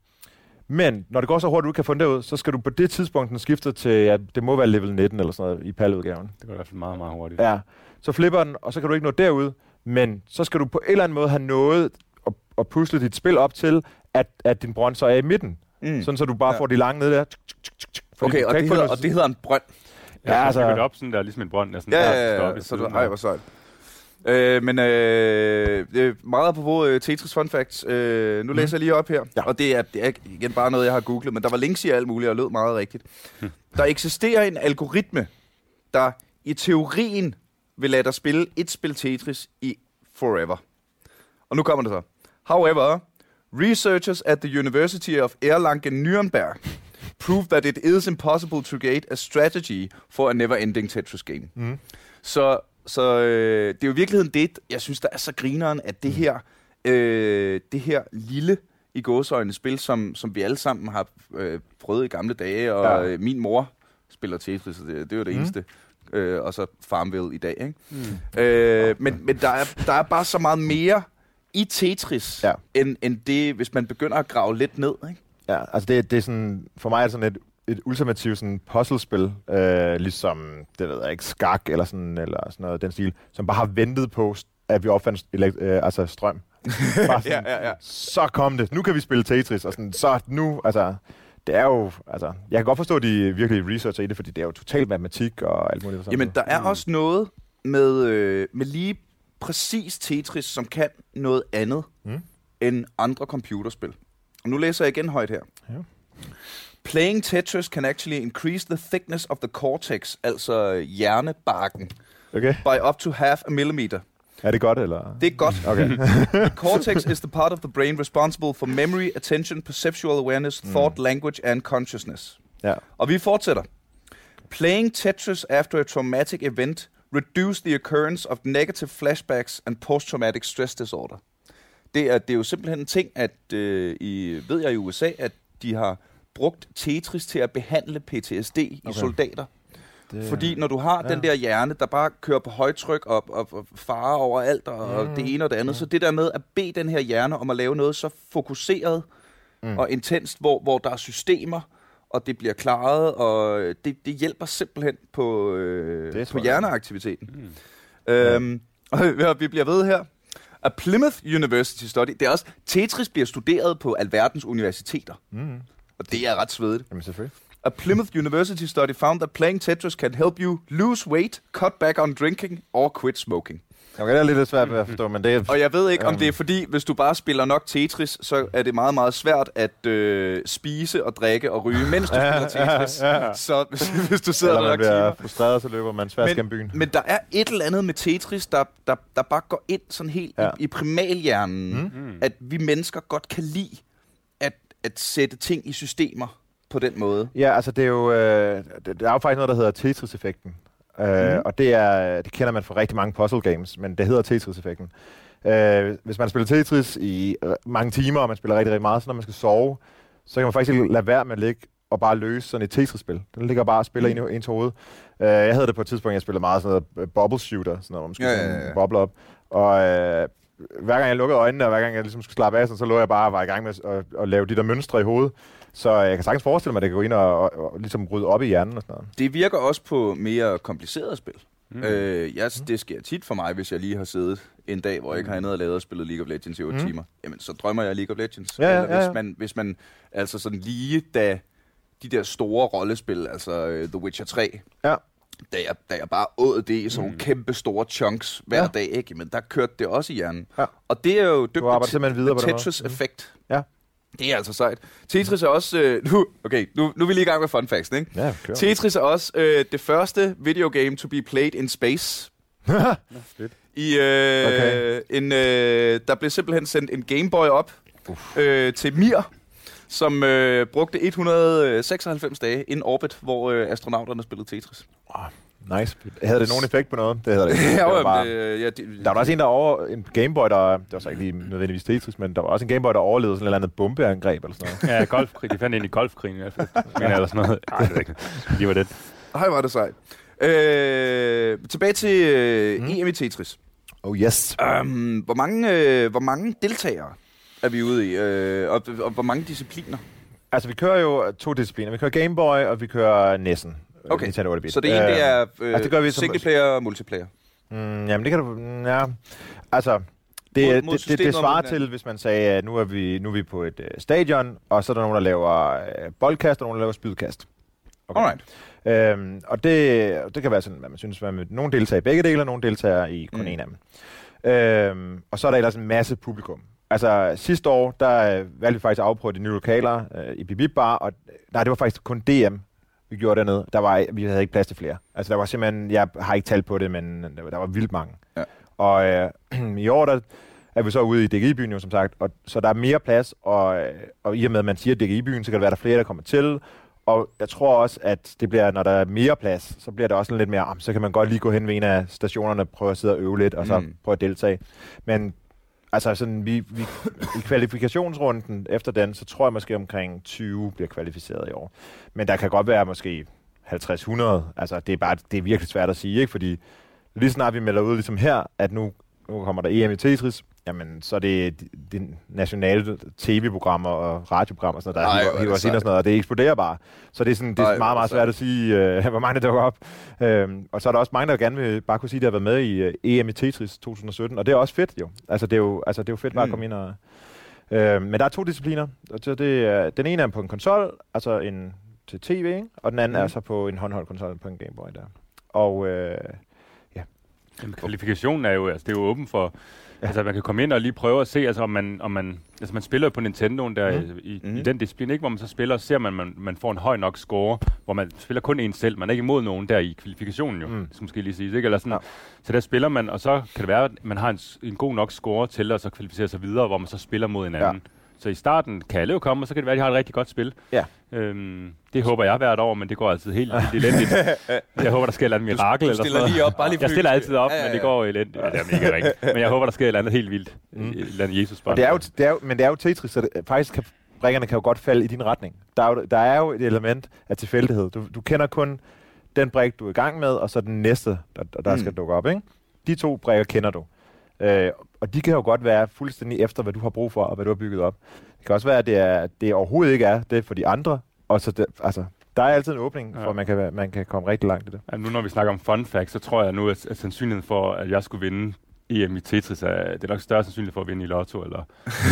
men når det går så hurtigt, du kan få den derud, så skal du på det tidspunkt skifte til, ja, det må være level nitten eller sådan noget i PAL-udgaven. Det går i hvert fald meget, meget hurtigt. Ja, så flipper den, og så kan du ikke nå derud, men så skal du på en eller anden måde have nået at, at pusle dit spil op til, at, at din brønd så er i midten. Mm. Sådan, så du bare ja. får de lange ned der. Okay, og det, hedder, og det hedder en brønd. Ja, ja, altså... det op sådan der, ligesom en brønd. Sådan ja, ja, ja, ja. Så du, ej, hvor sejt. Øh, men øh, meget på øh, Tetris Fun Facts. Øh, nu mm. læser jeg lige op her. Ja. Og det er, det er igen bare noget, jeg har googlet, men der var links i alt muligt, og lød meget rigtigt. Mm. Der eksisterer en algoritme, der i teorien vil lade dig spille et spil Tetris i forever. Og nu kommer det så. However, researchers at the University of Erlangen-Nürnberg prove that it is impossible to create a strategy for a never-ending Tetris game. Mm. Så, så øh, det er jo i virkeligheden det, jeg synes, der er så grineren, at det her, øh, det her lille i gåseøjne spil, som, som vi alle sammen har øh, prøvet i gamle dage, og ja. øh, min mor spiller Tetris, så det, det er jo det mm. eneste. Øh, og så Farmville i dag, ikke? Mm. Øh, men men der, er, der er bare så meget mere i Tetris, ja. end, end det, hvis man begynder at grave lidt ned, ikke? Ja, altså det, det er sådan, for mig er det sådan et, et ultimativt sådan puzzlespil, øh, ligesom, det ved jeg ikke, skak eller sådan, eller sådan noget, den stil, som bare har ventet på, at vi opfandt elekt- øh, altså strøm. Bare sådan, ja, ja, ja. Så kom det, nu kan vi spille Tetris, og sådan, så nu, altså, det er jo, altså, jeg kan godt forstå, at de virkelig researcher i det, fordi det er jo totalt matematik og alt muligt. Jamen, der er mm. også noget med, øh, med lige præcis Tetris, som kan noget andet mm. end andre computerspil. Og nu læser jeg igen højt her. Ja. Playing Tetris can actually increase the thickness of the cortex, altså hjernebarken, okay. by up to half a millimeter. Er det godt, eller? Det er godt. Okay. The cortex is the part of the brain responsible for memory, attention, perceptual awareness, mm. thought, language and consciousness. Ja. Og vi fortsætter. Playing Tetris after a traumatic event reduce the occurrence of negative flashbacks and post-traumatic stress disorder. Det er, det er jo simpelthen en ting, at øh, i, ved jeg i U S A, at de har brugt Tetris til at behandle P T S D i okay. soldater. Det, Fordi når du har ja. den der hjerne, der bare kører på højtryk og, og, og farer over alt og mm. det ene og det andet, ja. så det der med at bede den her hjerne om at lave noget så fokuseret mm. og intenst, hvor, hvor der er systemer, og det bliver klaret, og det, det hjælper simpelthen på, øh, på hjerneaktiviteten. Mm. Øhm, ja. Og vi bliver ved her. A Plymouth University study. Det er også, Tetris bliver studeret på alverdens universiteter. Mm. Og det er ret svedigt. Jamen selvfølgelig. A Plymouth University study found that playing Tetris can help you lose weight, cut back on drinking or quit smoking. Okay, det er lidt svært at forstå, men det er... Og jeg ved ikke, om um... det er fordi, hvis du bare spiller nok Tetris, så er det meget, meget svært at øh, spise og drikke og ryge, mens du spiller Tetris. Ja, ja, ja. Så hvis, hvis du sidder eller der nok timer. Eller man bliver frustreret, så løber man svært gennem byen. Men der er et eller andet med Tetris, der, der, der bare går ind sådan helt ja. i, i primalhjernen, mm. at vi mennesker godt kan lide at, at sætte ting i systemer på den måde. Ja, altså det er jo, øh, det er jo faktisk noget, der hedder Tetris-effekten. Uh, mm. Og det er det kender man fra rigtig mange puzzle games, men det hedder Tetris-effekten. Uh, hvis man spiller Tetris i uh, mange timer, og man spiller rigtig, rigtig meget, så når man skal sove, så kan man faktisk lade være med at ligge og bare løse sådan et Tetris-spil. Den ligger bare og spiller mm. ind i ens hoved. Uh, jeg havde det på et tidspunkt, jeg spillede meget sådan noget bubble shooter, sådan noget, hvor man skulle ja, ja, ja. boble op. Og uh, hver gang jeg lukkede øjnene, og hver gang jeg ligesom skulle slappe af, så lå jeg bare og var i gang med at, at lave de der mønstre i hovedet. Så jeg kan sagtens forestille mig, at det kan gå ind og, og, og ligesom rydde op i hjernen og sådan noget. Det virker også på mere komplicerede spil. Mm. Øh, ja, det sker tit for mig, hvis jeg lige har siddet en dag, hvor jeg ikke har andet at lave og spillet League of Legends i otte mm. timer. Jamen, så drømmer jeg League of Legends. Ja, ja, Eller ja, ja. Hvis, man, hvis man, altså sådan lige da de der store rollespil, altså uh, The Witcher tre, ja. da, jeg, da jeg bare åd det i sådan nogle mm. kæmpe store chunks hver ja. dag, ikke? Men der kørte det også i hjernen. Ja. Og det er jo dygtigt Tetris-effekt. Ja. Det er altså sejt. Tetris er også... Øh, nu, okay, nu, nu er vi lige i gang med fun facts, ikke? Ja, Tetris er også øh, det første videogame to be played in space. I, øh, okay. en, øh, der blev simpelthen sendt en Game Boy op øh, til Mir, som øh, brugte et hundrede og seksoghalvfems dage in orbit, hvor øh, astronauterne spillede Tetris. Wow. Nice. Havde det nogen effekt på noget? Det havde det ikke. Det var bare... øh, ja, de, der var også en, der over... En Gameboy, der... Det var så ikke lige nødvendigvis Tetris, men der var også en Gameboy, der overlevede sådan et eller andet bombeangreb eller sådan noget. Ja, golfkrig. De fandt ind i golfkrigen i hvert fald. Men eller sådan noget. Ej, det er ikke. De var det. Hej, var det sejt. Øh, tilbage til øh, mm. E M i Tetris. Oh yes. Um, hvor, mange, øh, hvor mange deltagere er vi ude i? Øh, og, og hvor mange discipliner? Altså, vi kører jo to discipliner. Vi kører Gameboy, og vi kører Nessen. Okay, så det ene det er øh, altså, det singleplayer og multiplayer? Mm, jamen, det kan du... Ja, altså... Det, mod, mod det, det, det svarer til, hvis man sagde, at nu er vi, nu er vi på et uh, stadion, og så er der nogen, der laver uh, boldkast, og nogen, der laver spydkast. Okay. Alright. Øhm, og det, det kan være sådan, hvad man synes, at nogen deltager i begge dele, og nogen deltager i kun mm. en af dem. Øhm, og så er der ellers en masse publikum. Altså, sidste år, der uh, valgte vi faktisk at afprøve de nye lokaler uh, i Bip Bar, og nej, det var faktisk kun D M, vi gjorde dernede. Der var, vi havde ikke plads til flere. Altså, der var simpelthen, jeg har ikke talt på det, men der var, der var vildt mange. Ja. Og øh, i år, der er vi så ude i D G I-byen, jo, som sagt, og så der er mere plads, og, og i og med, at man siger D G I-byen, så kan det være, der er flere, der kommer til. Og jeg tror også, at det bliver, når der er mere plads, så bliver det også lidt mere, så kan man godt lige gå hen ved en af stationerne, prøve at sidde og øve lidt, og så mm. prøve at deltage. Men altså, sådan, vi, vi, i kvalifikationsrunden efter den, så tror jeg måske omkring tyve bliver kvalificeret i år. Men der kan godt være måske halvtreds hundrede. Altså, det er, bare, det er virkelig svært at sige, ikke? Fordi lige snart vi melder ud, ligesom her, at nu, nu kommer der E M i Tetris, jamen, så er det de, de nationale tv-programmer og radioprogrammer og sådan noget, der hiver os ind og sådan noget, og det eksploderer bare. Så det er, sådan, det er Ej, meget, meget svært at sige, uh, hvor mange der dukker op. Um, og så er der også mange, der gerne vil bare kunne sige, at de har været med i uh, E M i Tetris to tusind sytten, og det er også fedt jo. Altså, det er jo, altså, det er jo fedt bare mm. at komme ind og... Uh, men der er to discipliner. Og det, uh, den ene er på en konsol, altså en til tv, ikke? Og den anden mm. er så på en håndholdt konsol på en Game Boy der. Og uh, ja. Jamen, kvalifikationen er jo, altså, det er jo åben for... Ja. Altså, man kan komme ind og lige prøve at se, altså, om man, om man, altså, man spiller jo på Nintendoen der mm. i, mm. i den disciplin, ikke? Hvor man så spiller, ser man, man, man får en høj nok score, hvor man spiller kun en selv. Man er ikke imod nogen der i kvalifikationen jo, mm. det skal måske lige sige, ikke? Eller sådan, ja. Så der spiller man, og så kan det være, at man har en, en god nok score til at så kvalificere sig videre, hvor man så spiller mod en anden. Ja. Så i starten kan alle jo komme, og så kan det være, at de har et rigtig godt spil. Ja. Øhm, det håber jeg hvert år, men det går altid helt elendigt. Jeg håber, der sker et eller andet mirakel. Du, du stiller lige op, bare lige Jeg stiller altid op, ja, ja, ja. Men det går elendigt. Ja, det er mega rigtigt. Men jeg håber, der sker et eller andet helt vildt. Mm. Et eller andet Jesus-bånd. Det er jo, det er jo, men det er jo Tetris, så det, faktisk kan brækkerne kan jo godt falde i din retning. Der er jo, der er jo et element af tilfældighed. Du, du kender kun den brik, du er i gang med, og så den næste, der, der mm. skal dukke op. Ikke? De to brikker kender du. Øh, og de kan jo godt være fuldstændig efter, hvad du har brug for, og hvad du har bygget op. Det kan også være, at det, er, det overhovedet ikke er det for de andre. Og så det, altså, der er altid en åbning, ja. For at man kan, man kan komme rigtig langt i det. Ja, nu når vi snakker om fun facts, så tror jeg nu, at, at sandsynligheden for, at jeg skulle vinde E M i Tetris er, det er nok større sandsynligt for at vinde i Lotto, eller?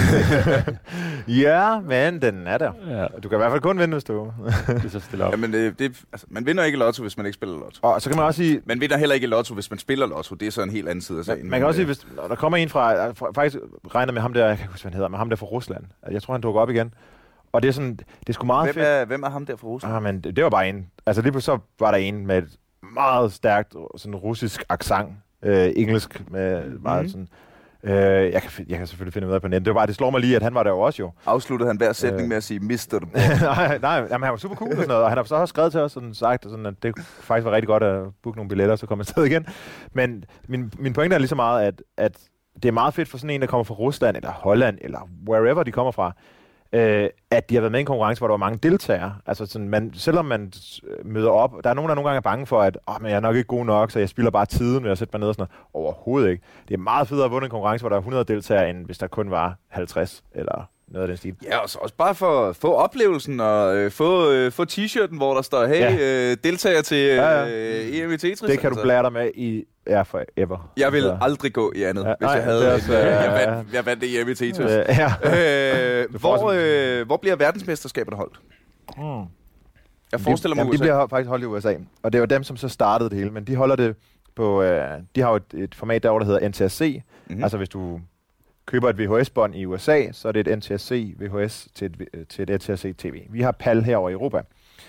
Ja, men den er der. Ja. Du kan i hvert fald kun vinde, hvis du... Det er så stille op. Jamen, det, det, altså, man vinder ikke i Lotto, hvis man ikke spiller Lotto. Og så kan man også sige... Man vinder heller ikke i Lotto, hvis man spiller Lotto. Det er så en helt anden side af sagen. Man, man kan også sige, hvis der kommer en fra... fra faktisk regner med ham der, jeg kan ikke huske, hvad han hedder, men ham der fra Rusland. Jeg tror, han dukker op igen. Og det er sådan... Det er sgu meget hvem fedt. er, hvem er ham der fra Rusland? Ah, men det, det var bare en. Altså lige pludselig så var der en med et meget stærkt sådan russisk accent. Øh, engelsk med mm-hmm. meget sådan... Øh, jeg, kan, jeg kan selvfølgelig finde ud af på nettet. Det var bare, det slår mig lige, at han var der jo også jo. Afsluttede han hver sætning øh. med at sige, mister du? nej, nej, jamen, han var super cool og sådan noget, og han har så også skrevet til os og sagt, sådan, at det faktisk var rigtig godt at booke nogle billetter, så komme afsted igen. Men min, min pointe er lige så meget, at, at det er meget fedt for sådan en, der kommer fra Rusland, eller Holland, eller wherever de kommer fra, øh, at de har været med i en konkurrence, hvor der var mange deltagere. Altså sådan, man, selvom man møder op, der er nogen, der nogle gange er bange for, at oh, men jeg er nok ikke god nok, så jeg spiller bare tiden ved at sætte mig ned og sådan noget. Overhovedet ikke. Det er meget federe at vinde en konkurrence, hvor der er hundrede deltagere, end hvis der kun var halvtreds eller noget af den stil. Ja, og så også bare for at få oplevelsen og øh, få, øh, få t-shirten, hvor der står, hey, ja. øh, deltager til øh, ja, ja. E M i Tetris. Det kan altså. Du blære dig med i ja, forever. Jeg vil så. aldrig gå i andet, ja, hvis nej, jeg havde også, en, øh, jeg, vandt, jeg vandt E M i Tetris. Ja. Øh, hvor, øh, hvor bliver verdensmesterskaberne holdt? Hmm. Jeg forestiller mig Jamen, U S A. De bliver faktisk holdt i U S A, og det var dem, som så startede det hele, men de holder det på, øh, de har jo et, et format derovre, der hedder N T S C, mm-hmm. altså hvis du køber et V H S-bånd i U S A, så er det et N T S C V H S til et, til et N T S C T V. Vi har P A L herovre i Europa.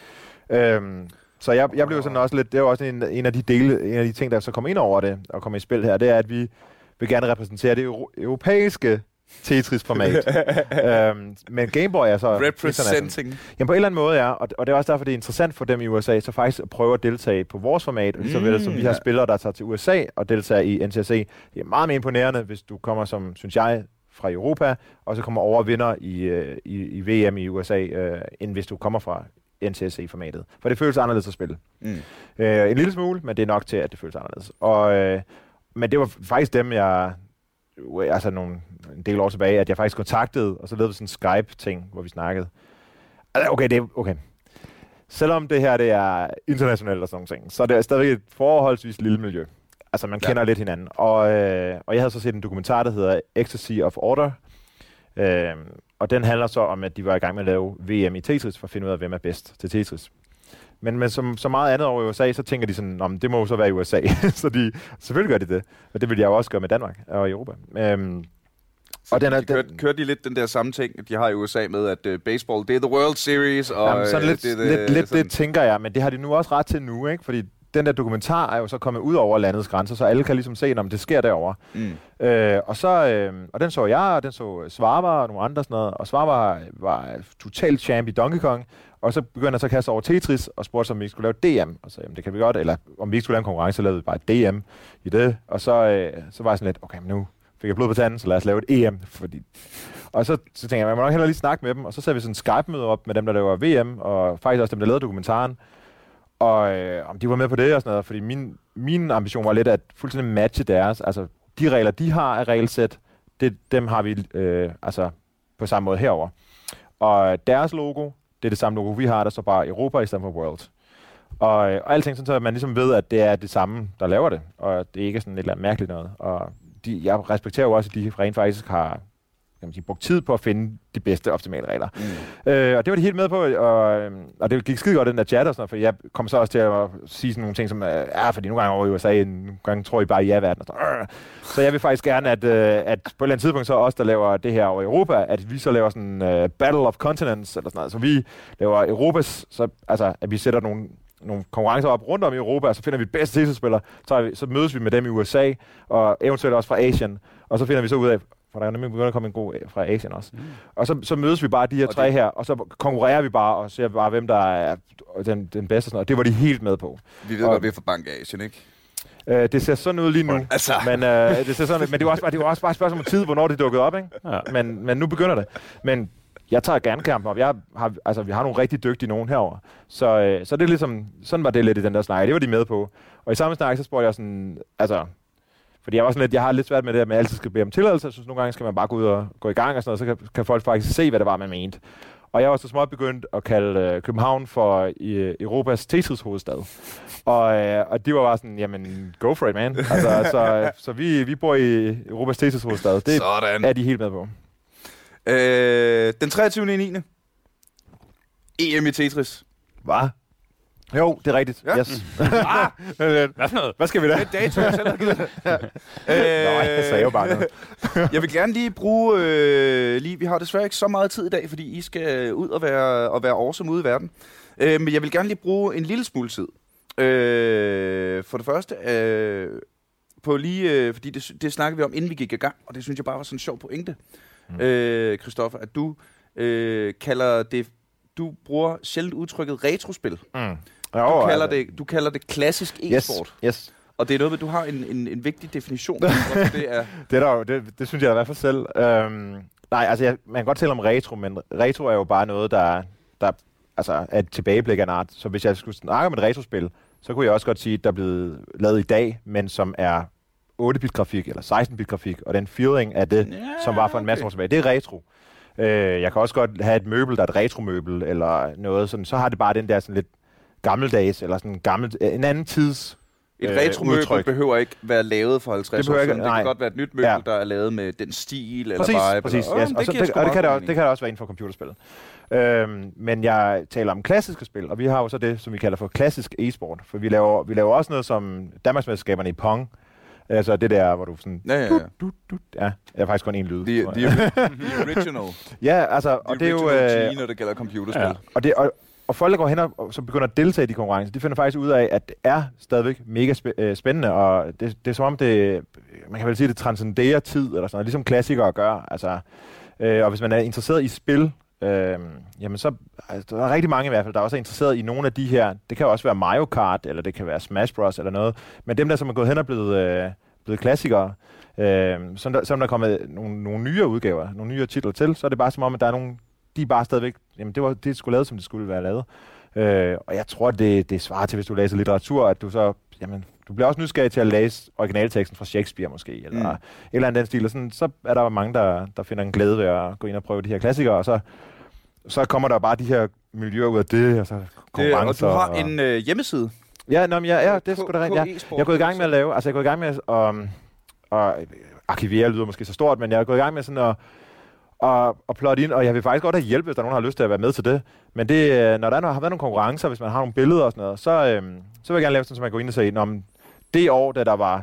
Øhm, så jeg, jeg blev sådan også lidt, det er også en, en af de dele, en af de ting, der så kommer ind over det, og kommer i spil her, det er, at vi vil gerne repræsentere det euro- europæiske Tetris-format. øhm, men Game Boy er så... Representing. Jamen på en eller anden måde, ja. Og, og det er også derfor, det er interessant for dem i U S A, så faktisk at prøve at deltage på vores format, mm, så vel som vi har spillere, der tager til U S A og deltager i N T S C. Det er meget mere imponerende, hvis du kommer som, synes jeg, fra Europa, og så kommer over og vinder i, i, i V M i U S A, øh, end hvis du kommer fra N T S C-formatet. For det føles anderledes at spille. Mm. Øh, en lille smule, men det er nok til, at det føles anderledes. Og, øh, men det var faktisk dem, jeg... altså nogle, en del år tilbage, at jeg faktisk kontaktede, og så lavede vi sådan en Skype-ting, hvor vi snakkede. Altså, okay, det er, okay. Selvom det her, det er internationalt og sådan nogle ting, så det er stadigvæk et forholdsvis lille miljø. Altså, man kender ja. lidt hinanden. Og, øh, og jeg havde så set en dokumentar, der hedder Ecstasy of Order, øh, og den handler så om, at de var i gang med at lave V M i Tetris, for at finde ud af, hvem er bedst til Tetris. Men, men som så meget andet over i U S A, så tænker de sådan, om det må jo så være i U S A. Så de, selvfølgelig gør de det. Og det vil jeg jo også gøre med Danmark og i Europa. Øhm, og den er, de kørte, den, kørte de lidt den der samme ting, de har i U S A med, at uh, baseball, det er the World Series. Og, jamen, sådan lidt, det, det, lidt, lidt sådan. Det tænker jeg, men det har de nu også ret til nu, ikke? Fordi den der dokumentar er jo så kommet ud over landets grænser, så alle kan ligesom se, om det sker derovre. Mm. Øh, og, så, øh, og den så jeg, og den så Svarvar og nogle andre sådan noget. Og Svarvar var totalt champ i Donkey Kong. Og så begyndte jeg så at kaste over Tetris, og spurgte, om vi ikke skulle lave D M. Og så, jamen det kan vi godt, eller om vi ikke skulle lave en konkurrence, så lavede vi bare et D M i det. Og så, øh, så var jeg sådan lidt, okay, men nu fik jeg blod på tanden, så lad os lave et E M. Fordi... Og så, så tænkte jeg, man må nok hellere lige snakke med dem. Og så satte vi sådan en Skype-møde op med dem, der laver V M, og faktisk også dem, der lavede dokumentaren. Og øh, om de var med på det og sådan noget, fordi min, min ambition var lidt at fuldstændig matche deres. Altså, de regler, de har af regelsæt, det, dem har vi øh, altså på samme måde herover. Og deres logo, det er det samme logo, vi har, der så bare Europa i stedet for World. Og, og alting sådan, så man ligesom ved, at det er det samme, der laver det, og det er ikke sådan et eller andet mærkeligt noget. Og de, jeg respekterer jo også, at de rent faktisk har kan de brugt tid på at finde de bedste optimale regler. Mm. Øh, og det var de helt med på, og, og det gik skide godt den der chat og sådan noget, for jeg kom så også til at sige sådan nogle ting som, ja, fordi nogle gange over i U S A, nogle gange tror I bare i ja-verden. Så, så jeg vil faktisk gerne, at, at på et eller andet tidspunkt så os, der laver det her over i Europa, at vi så laver sådan uh, Battle of Continents, eller sådan noget. Så vi laver Europas, så, altså at vi sætter nogle nogle konkurrencer op rundt om i Europa, og så finder vi de bedste Tetris-spillere, så, så mødes vi med dem i U S A, og eventuelt også fra Asien, og så finder vi så ud af, for der er nemlig begyndt at komme en god fra Asien også. Mm. Og så, så mødes vi bare de her og tre det... her, og så konkurrerer vi bare, og ser bare, hvem der er den, den bedste. Og sådan noget. Det var de helt med på. Vi ved godt, vi er fra Bank Asien, ikke? Øh, det ser sådan ud lige nu. Altså. Men, øh, det ser sådan, men det var også bare, det var også bare et spørgsmål om tid, hvornår det dukkede op, ikke? Ja. Men, men nu begynder det. Men jeg tager gerne kampen op. Jeg har, altså, vi har nogle rigtig dygtige nogen herover. Så, øh, så det er ligesom, sådan var det lidt i den der snak. Det var de med på. Og i samme snak, så spurgte jeg sådan, altså, fordi jeg var sådan lidt, jeg har lidt svært med det, at man altid skal bede om tilladelse. Jeg synes, nogle gange skal man bare gå ud og gå i gang og sådan noget, så kan, kan folk faktisk se, hvad det var, man mente. Og jeg var så småt begyndt at kalde øh, København for øh, Europas Tetris-hovedstad. Og, øh, og de var bare sådan, jamen, go for it, man. Altså, så så vi, vi bor i Europas Tetris-hovedstad. Det Sådan. er de helt med på. Øh, den treogtyvende niende E M i Tetris. Hvad? Jo, det er rigtigt. Ja. Yes. Ah, hvad for noget? Hvad skal vi da? Det er dato, jeg selv har givet. Øh, Nå, jeg sagde jo bare noget. Jeg vil gerne lige bruge... Øh, lige, vi har desværre ikke så meget tid i dag, fordi I skal ud og være, og være awesome ude i verden. Øh, men jeg vil gerne lige bruge en lille smule tid. Øh, for det første... Øh, på lige... Øh, fordi det, det snakkede vi om, inden vi gik i gang, og det synes jeg bare var sådan en sjov pointe. Mm. Øh, Christoffer, at du øh, kalder det... Du bruger sjældent udtrykket retrospil. Mm. Du, Jo, kalder altså. det, du kalder det klassisk e-sport. Yes, yes. Og det er noget med, at du har en, en, en vigtig definition. Hvorfor det er. Det, er der jo, det, det synes jeg da i hvert fald selv. Øhm, nej, altså jeg, man kan godt tale om retro, men retro er jo bare noget, der, der altså, er et tilbageblik af en art. Så hvis jeg skulle snakke om et retrospil, så kunne jeg også godt sige, at der er blevet lavet i dag, men som er otte bit grafik eller seksten bit grafik, og den feeling af det, Ja, som var for en masse okay. år tilbage, det er retro. Øh, jeg kan også godt have et møbel, der er et retromøbel, eller noget sådan, så har det bare den der sådan lidt gammeldags, eller sådan gammel, en anden tids Et øh, retromøbel udtryk. behøver ikke være lavet for halvtreds Det år behøver siden. ikke- Det nej. kan godt være et nyt møbel, Ja. der er lavet med den stil Præcis, eller vibe. præcis. Eller, Yes. Åh, Og, så, giver det, sgu og det, meget kan det, god også, mening. det kan det også være inden for computerspil. Øhm, men jeg taler om klassiske spil, og vi har jo så det, som vi kalder for klassisk e-sport. For vi laver, vi laver også noget som Danmarksmesterskaberne i Pong. Altså det der, hvor du sådan... Ja, ja, ja. Dut, dut, dut. Ja, jeg har faktisk kun en lyd. The, tror the, jeg. the original. Ja, altså... The Og det er jo... original Øh, G, når det gælder computerspil. Ja. og, det, og, og folk, der går hen og, og så begynder at deltage i de konkurrencer, de finder faktisk ud af, at det er stadigvæk mega spæ- øh, spændende, og det, det er som om det... Man kan vel sige, det transcenderer tid, eller sådan noget, ligesom klassikere gør. Altså, øh, og hvis man er interesseret i spil, øh, jamen så... Altså, der er rigtig mange i hvert fald, der også er interesseret i nogle af de her... Det kan jo også være Mario Kart, eller det kan være Smash Bros. Eller noget. Men dem der, som er gået hen og blevet, øh, blevet klassikere, øh, så der, så der er kommet nogle, nogle nye udgaver, nogle nye titler til, så er det bare som om, at der er nogle... De er bare stadigvæk... Jamen, det var det skulle lavet, som det skulle være lavet. Øh, og jeg tror, det, det svarer til, hvis du læser litteratur, at du så... Jamen, du bliver også nysgerrig til at læse originalteksten fra Shakespeare måske, eller Mm. et eller andet den stil. Og sådan, så er der jo mange, der, der finder en glæde ved at gå ind og prøve de her klassikere, og så, så kommer der bare de her miljøer ud af det, og så Det, og konkurrencer. du har en øh, hjemmeside. Ja, nå, men ja, ja, det er K- sgu da rigtigt. Ja. K-e-sport. Jeg er gået i gang med at lave, altså jeg er gået i gang med at um, og arkivere lyder måske så stort, men jeg er gået i gang med sådan at og, og plotte ind, og jeg vil faktisk godt have hjælp, hvis der er nogen, der har lyst til at være med til det. Men det, når der har været nogle konkurrencer, hvis man har nogle billeder og sådan noget, så, øhm, så vil jeg gerne lave sådan, så man går ind og siger, når det år, da der var,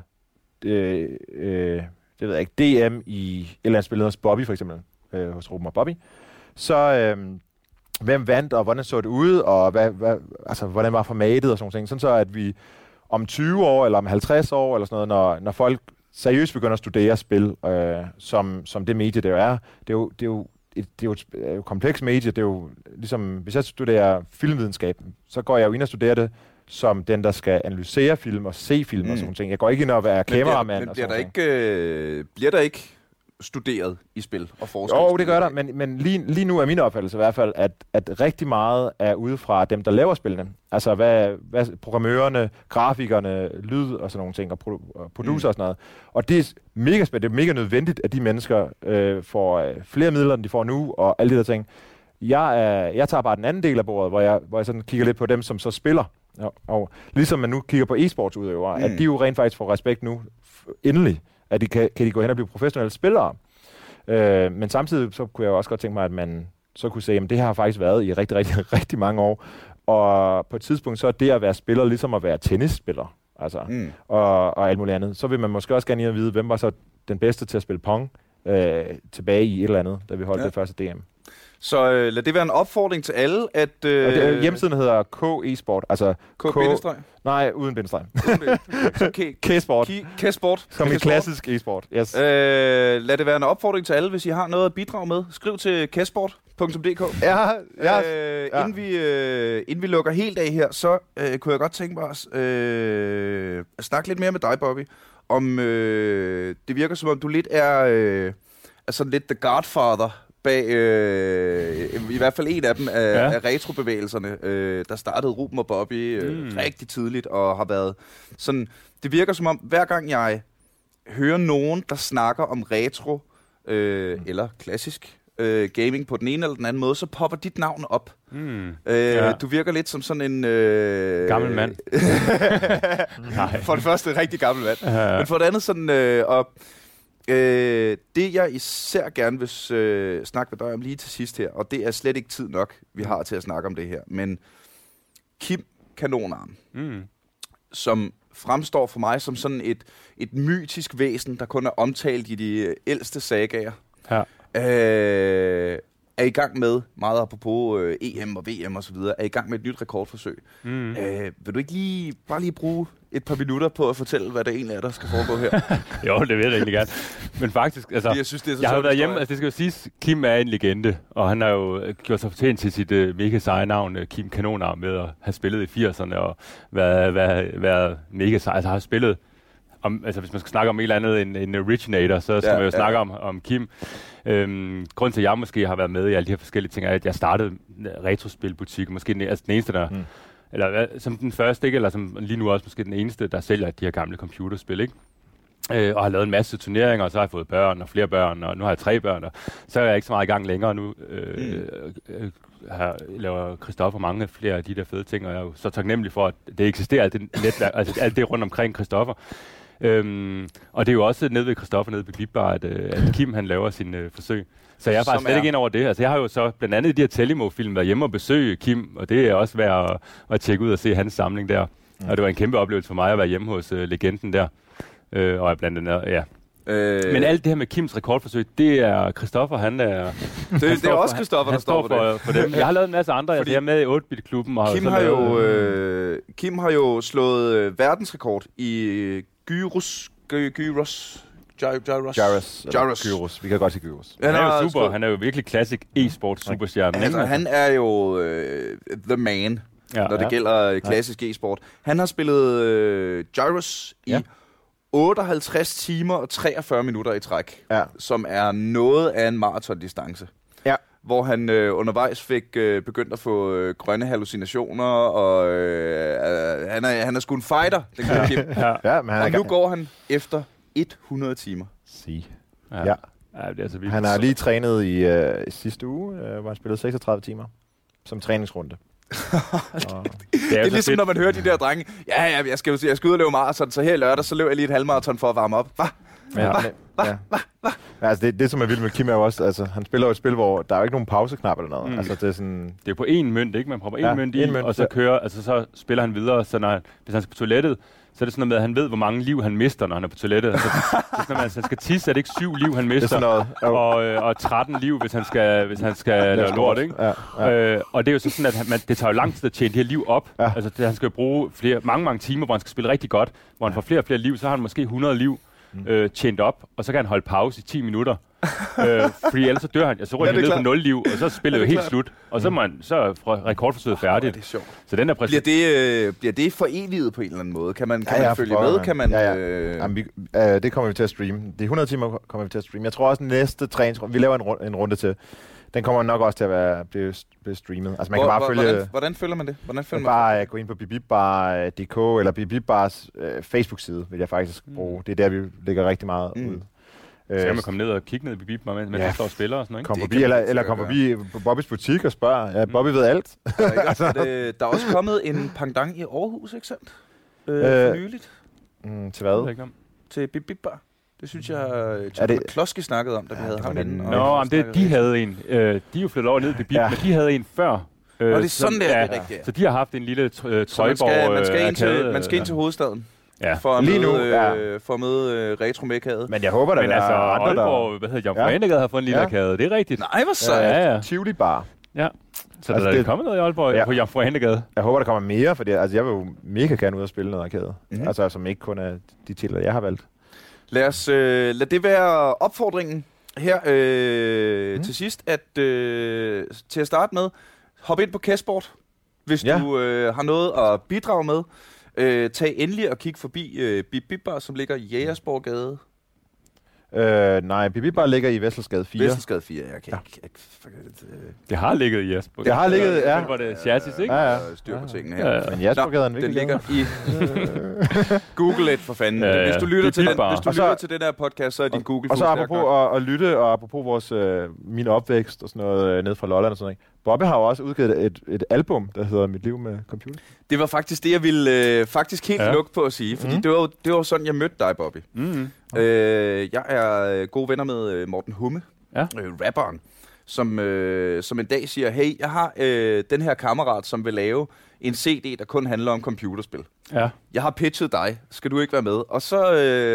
øh, øh, det ved jeg ikke, D M i et eller andet spil hos Bobby for eksempel, øh, hos Ruben og Bobby, så øhm, hvem vandt, og hvordan så det ud, og hvad, hvad, altså, hvordan var formatet og sådan noget, sådan så at vi om tyve år, eller om halvtreds år, eller sådan noget, når, når folk seriøst begynder at studere spil, øh, som, som det medie, det jo er. Det er jo, det er jo, et, det er jo et, et, et kompleks medie. Det er jo ligesom, hvis jeg studerer filmvidenskab, så går jeg jo ind og studerer det som den, der skal analysere film og se film mm. og sådan nogle ting. Jeg går ikke ind og være kameramand Men og bliver, sådan men bliver, der ikke, øh, bliver der ikke studeret i spil og forsket? Jo, det gør der, men, men lige, lige nu er min opfattelse i hvert fald, at, at rigtig meget er ude fra dem, der laver spillene. Altså hvad, hvad programmørerne, grafikerne, lyd og sådan nogle ting, og, produ- og producer mm. og sådan noget. Og det er mega spændende, det er mega nødvendigt, at de mennesker øh, får øh, flere midler, end de får nu, og alle de der ting. Jeg, er, jeg tager bare den anden del af bordet, hvor jeg, hvor jeg sådan kigger lidt på dem, som så spiller. Og, og ligesom man nu kigger på e-sportsudøvere, mm. at de jo rent faktisk får respekt nu, f- endelig, at de kan, kan de gå hen og blive professionelle spillere. Øh, men samtidig så kunne jeg jo også godt tænke mig, at man så kunne se, at det her har faktisk været i rigtig, rigtig, rigtig mange år. Og på et tidspunkt, så er det at være spiller ligesom at være tennisspiller. Altså, mm. og, og alt muligt andet. Så vil man måske også gerne lige at vide, hvem var så den bedste til at spille Pong øh, tilbage i et eller andet, da vi holdt ja. det første D M. Så øh, lad det være en opfordring til alle, at... Øh, Og det, hjemmesiden hedder K-e-sport, altså K... K- Nej, uden bindestreg. Så K- K-sport. K-sport. Som i klassisk e-sport, yes. Øh, lad det være en opfordring til alle, hvis I har noget at bidrage med. Skriv til ksport punktum d k. Ja, ja. Øh, ja. inden, vi, øh, inden vi lukker helt af her, så øh, kunne jeg godt tænke mig at øh, snakke lidt mere med dig, Bobby. Om øh, det virker som om, du lidt er, øh, er sådan lidt the godfather bag, øh, i hvert fald en af dem, af, ja. af retrobevægelserne, øh, der startede Ruben og Bobby øh, mm. rigtig tidligt, og har været sådan, det virker som om, hver gang jeg hører nogen, der snakker om retro, øh, mm. eller klassisk øh, gaming på den ene eller den anden måde, så popper dit navn op. Mm. Øh, Ja. Du virker lidt som sådan en... Øh, Gammel mand. For det første en rigtig gammel mand. Ja, ja. Men for det andet sådan... Øh, og, øh, det jeg især gerne vil øh, snakke med dig om lige til sidst her, og det er slet ikke tid nok, vi har til at snakke om det her, men Kim Kanonarm, Mm. som fremstår for mig som sådan et, et mytisk væsen, der kun er omtalt i de ældste sagaer, Ja. øh, er i gang med, meget apropos øh, E M og V M og så videre, er i gang med et nyt rekordforsøg. Mm. Øh, vil du ikke lige, bare lige bruge et par minutter på at fortælle, hvad der egentlig er, der skal foregå her? Jo, det vil jeg egentlig gerne. Men faktisk, altså... Jeg synes, det er så Jeg har jo sjovt været historie. hjemme, altså det skal jo siges, Kim er en legende, og han har jo øh, gjort sig fortjent til sit uh, mega seje navn, uh, Kim Kanonarm, med at have spillet i firserne og været, været, været mega sej. Altså har spillet, om, altså hvis man skal snakke om et eller andet en, en originator, så skal Ja, man jo ja. snakke om, om Kim. Øhm, grunden til, at jeg måske har været med i alle de her forskellige ting, er, at jeg startede retrospilbutik, måske den, altså den eneste, der... Mm. Eller hvad, som den første, ikke? Eller som lige nu også måske den eneste, der sælger de her gamle computerspil, ikke? Øh, og har lavet en masse turneringer, og så har jeg fået børn og flere børn, og nu har jeg tre børn, og så er jeg ikke så meget i gang længere nu. Øh, mm. øh, har, laver Christoffer mange flere af de der fede ting, og jeg er jo så taknemmelig for, at det eksisterer, alt det netværk, altså alt det rundt omkring Christoffer. Øhm, og det er jo også nede ved Christoffer, nede ved Bibbar, at, øh, at Kim han laver sine øh, forsøg. Så jeg er faktisk slet ikke ind over det. Altså jeg har jo så blandt andet i de her Telimo-film været hjemme og besøge Kim, og det er også værd at, at tjekke ud og se hans samling der. Mm. Og det var en kæmpe oplevelse for mig at være hjemme hos uh, legenden der. Øh, og blandt andet, ja. Øh. Men alt det her med Kims rekordforsøg, det er Christoffer, han er... Det, det er også Christoffer, der står for, for, det. for dem. Jeg har lavet en masse andre, altså, jeg er med i otte-bit-klubben. Og Kim, så har lavet, jo, øh, Kim har jo slået øh, verdensrekord i øh, gyros... Gy, gyros... Gyros. Gyrus. Gyrus. Gyrus. Vi kan godt sige Gyrus. Han er jo super, slået. han er jo virkelig classic e-sport superstjerne. Altså, han er jo øh, the man, Ja, når det ja. gælder klassisk e-sport. Han har spillet øh, Gyrus i Ja. otteoghalvtreds timer og treogfyrre minutter i træk, Ja. som er noget af en maratondistance. Ja. Hvor han øh, undervejs fik øh, begyndt at få øh, grønne hallucinationer, og øh, øh, han, er, han er sgu en fighter, den ja. Kim. Ja. Ja, men han Og er nu går han efter hundrede timer. Sige. Ja. Ja. Ja, det er altså vildt. Han har lige trænet i øh, sidste uge, øh, hvor han spillede seksogtredive timer som træningsrunde. Og det er, Det er så ligesom, fedt. når man hører de der drenge, ja, ja, jeg skal, jeg skal ud og løbe maraton, så her i lørdag, så løber jeg lige et halvmaraton for at varme op. Hva? Ja, ja. Ja, altså det, det, som er vildt med Kim er jo også, altså han spiller jo et spil, hvor der er jo ikke nogen pauseknap eller noget. Mm. Altså det er sådan... Det er på én mønt, ikke? Man prøver én Ja, mønt i, én mønt, og så ja. kører, altså så spiller han videre, så når han, hvis han skal på toilettet, så er det sådan noget med, at han ved, hvor mange liv han mister, når han er på toilettet. Altså, det er sådan noget med, at han skal tisse, er det ikke syv liv, han mister, sådan noget. Jo. og, øh, og tretten liv, hvis han skal, hvis han skal lave lort, ikke? Ja, ja. Øh, og det er jo så sådan, at han, man, det tager jo lang tid at tjene de her liv op. Ja. Altså det, han skal jo bruge flere, mange, mange timer, hvor han skal spille rigtig godt, hvor han får flere og flere liv, så har han måske hundrede liv øh, tjent op, og så kan han holde pause i ti minutter. øh, fordi ellers så dør han, ja, så ryger Ja, han det er ned klart. på nul liv, og så spiller Ja, jo det er helt klart. slut. Og så, må han, så er rekordforsøget færdigt. Det er sjovt. Så den er præcis. Bliver det, øh, bliver det for evigt på en eller anden måde? Kan man, kan Ja, ja, man følge for med? pokker, Kan man, ja, ja. Øh, Jamen, vi, øh, det kommer vi til at streame. De hundrede timer kommer vi til at streame. Jeg tror også, at næste træningsrunde, vi laver en, rund, en runde til, den kommer nok også til at være, blive, blive streamet. Altså man hvor, kan bare hvor, følge... hvordan, hvordan følger man det? Hvordan følger Man man bare uh, gå ind på bibibbar punktum d k eller Bibibars uh, Facebook-side, vil jeg faktisk bruge. Det er der, vi lægger rigtig meget Mm. ud. Så kan man komme ned og kigge ned i Bibib, mens Ja. ja. står og spiller og sådan noget, ikke? Kom Det forbi, kan eller, man eller sikkert kom forbi på Bobbys butik og spørg. Ja, Bobby ved alt. det? Altså, det, der er også kommet en pendant i Aarhus, ikke sandt? Øh, Øh, for nyligt. Mm, til Det ved hvad? jeg ikke om. Til Bip Bip Bar. Det synes jeg, Er John det- McCloskey snakkede om, da vi Ja, havde det ham var inde. den- og Nå, vi men det, snakkede de rigtig. havde en. Øh, de er jo flyttet over ned til Bibib, Ja. men de havde en før. Øh, Nå, det er sådan, det er, ja, det er rigtigt. Så de har haft en lille øh, Så man Trøjborg skal, man, skal øh, ind til, arkade, man skal ind til øh, hovedstaden Ja. for at Lige møde, nu, ja. øh, for at møde øh, Retro-mekadet. Men jeg håber, der Men er altså, andre, der... Aalborg, hvad hedder Jomfru Ja. Anegade har fået en lille Ja. arkade. Det er rigtigt. Nej, hvor sejt. Ja, ja. Tivoli Bar. Ja. Så Altså, der er det- kommet noget i Aalborg Ja. på Jomfru Anegade. Jeg håber, der kommer mere, for altså, jeg vil jo mega gerne ud og spille noget arkade. Mhm. Altså, som ikke kun er de titler, jeg har valgt. Lad os øh, lad det være opfordringen her øh, mm. til sidst, at øh, til at starte med, hop ind på Kæsport, hvis Ja. du øh, har noget at bidrage med. Øh, tag endelig og kig forbi øh, Bip Bip Bar, som ligger i Jægersborggade Øh, nej, Bibi Bar ligger i Vestelsgade fire. Vestelsgade fire, jeg kan ja. ikke... Jeg, fuck, det, det har ligget i Jasper. Det har ligget, ja. Det var det chassis, ikke? Ja, ja. Styr på tingene her. Ja, ja. Men Jaspergade er en vigtig vigtig den ligger i... Google it for fanden. Ja, ja. Hvis du lytter, til den, hvis du lytter til den her podcast, så er din Google... Og så apropos at, at lytte, og apropos vores, øh, min opvækst og sådan noget, øh, ned fra Lolland og sådan noget. Bobby har jo også udgivet et, et album, der hedder Mit liv med computer. Det var faktisk det, jeg ville øh, faktisk helt ja. lukke på at sige, fordi mm. det, var, det var sådan, jeg mødte dig, Bobby. Mm. Øh, jeg er gode venner med Morten Humme, ja. øh, rapperen, som, øh, som en dag siger, hey, jeg har øh, den her kammerat, som vil lave en C D, der kun handler om computerspil. Ja. Jeg har pitchet dig, skal du ikke være med? Og så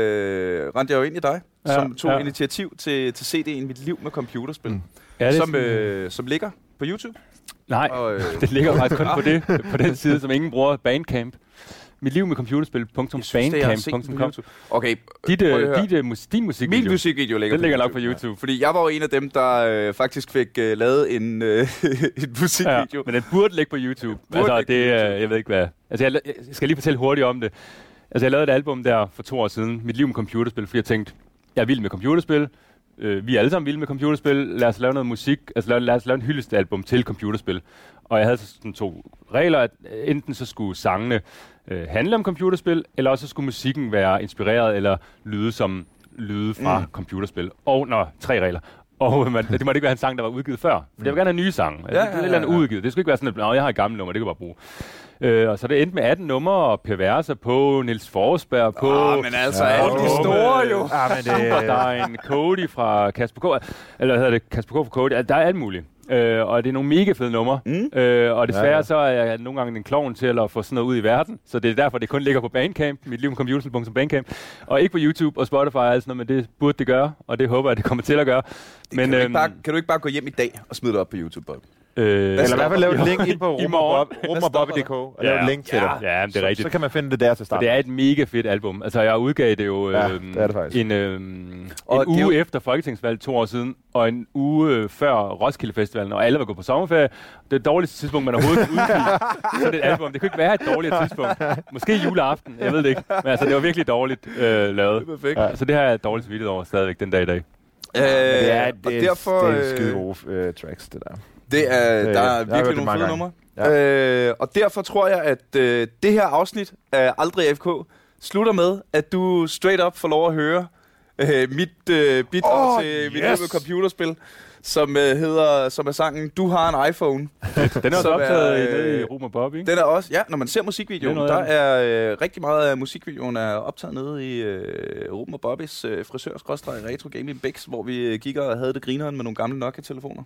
øh, rendte jeg jo ind i dig, ja. som tog ja. initiativ til, til C D'en Mit liv med computerspil, mm. ja, som, øh, som ligger på YouTube. Nej, og, øh, det ligger faktisk kun på, det, på den side, som ingen bruger, Bandcamp. Mit liv med computerspil punktum bandcamp punktum com. Okay, dit, uh, dit, uh, mus- din musikvideo. Min musikvideo ligger, den ligger på nok på YouTube. Ja. Fordi jeg var jo en af dem, der øh, faktisk fik øh, lavet en, øh, en musikvideo. Ja, men den burde ligge på YouTube. Burde altså, det, øh, jeg ved ikke hvad. Altså, jeg, jeg skal lige fortælle hurtigt om det. Altså, jeg lavede et album der for to år siden, Mit liv med computerspil, fordi jeg tænkte, jeg er vild med computerspil. Uh, vi er alle sammen vilde med computerspil. Lad os lave noget musik. Altså, lad, lad os lave en hyldestalbum til computerspil. Og jeg havde sådan to regler, at enten så skulle sangene øh, handle om computerspil, eller også skulle musikken være inspireret eller lyde som lyde fra mm. computerspil. Og, nå, tre regler. Og man, det måtte ikke være en sang, der var udgivet før. For jeg vil gerne have nye sange. Altså, ja, ja, ja, ja. Det er et eller andet udgivet. Det skulle ikke være sådan, at jeg har et gammelt nummer, det kan jeg bare bruge. Øh, og så det endte med atten numre, og Per Verser på, Niels Forsberg på... Åh, oh, men altså, ja, alle de store jo! Ja, men det... Der er en Cody fra Kasper K. Eller hedder det Kasper K fra Cody? Altså, der er alt muligt. Øh, og det er nogle mega fede numre. Mm. Øh, og desværre ja, ja. så er jeg nogle gange en klovn til at få sådan noget ud i verden. Så det er derfor, det kun ligger på Bandcamp. Mit liv med computerspil punktum bandcamp. Og ikke på YouTube og Spotify og alt sådan noget, men det burde det gøre. Og det håber jeg, det kommer til at gøre. Men, kan, du øhm, bare, kan du ikke bare gå hjem i dag og smide det op på YouTube, Bob? Øh, Eller i hvert fald lave et link ind på rummerbobby punktum d k og lave et link til ja, det. Ja, det er så, rigtigt. Så kan man finde det der til start. Det er et mega fedt album. Altså, jeg udgav det jo ja, øhm, det er det faktisk. en, øhm, en uge jo... efter Folketingsvalget to år siden, og en uge før Roskilde Festivalen, og alle var gået på sommerferie. Det er det dårligste tidspunkt, man overhovedet kan udgive sådan et album. Det kunne ikke være et dårligere tidspunkt. Måske juleaften, jeg ved det ikke. Men altså, det var virkelig dårligt øh, lavet. Det perfekt. Ja, så det har jeg dårligt svidt over stadigvæk den dag i dag. Øh, det er, det, og derfor, det er skide gode uh, tracks, det der. Det er, der er virkelig nogle fede numre. Ja. Øh, og derfor tror jeg, at øh, det her afsnit af Aldrig A F K slutter med, at du straight up får lov at høre øh, mit øh, bidrag oh, til yes. Mit liv med computerspil, som øh, hedder, som er sangen Du har en iPhone. Den er også optaget er, øh, i Rum og Bobby, ikke? Den er også, ja, når man ser musikvideoen, der er øh, rigtig meget af musikvideoen er optaget nede i øh, Rum og Bobbys øh, frisør-skråstreg Retro Gaming Bix, hvor vi øh, gik og havde det grineren med nogle gamle Nokia-telefoner.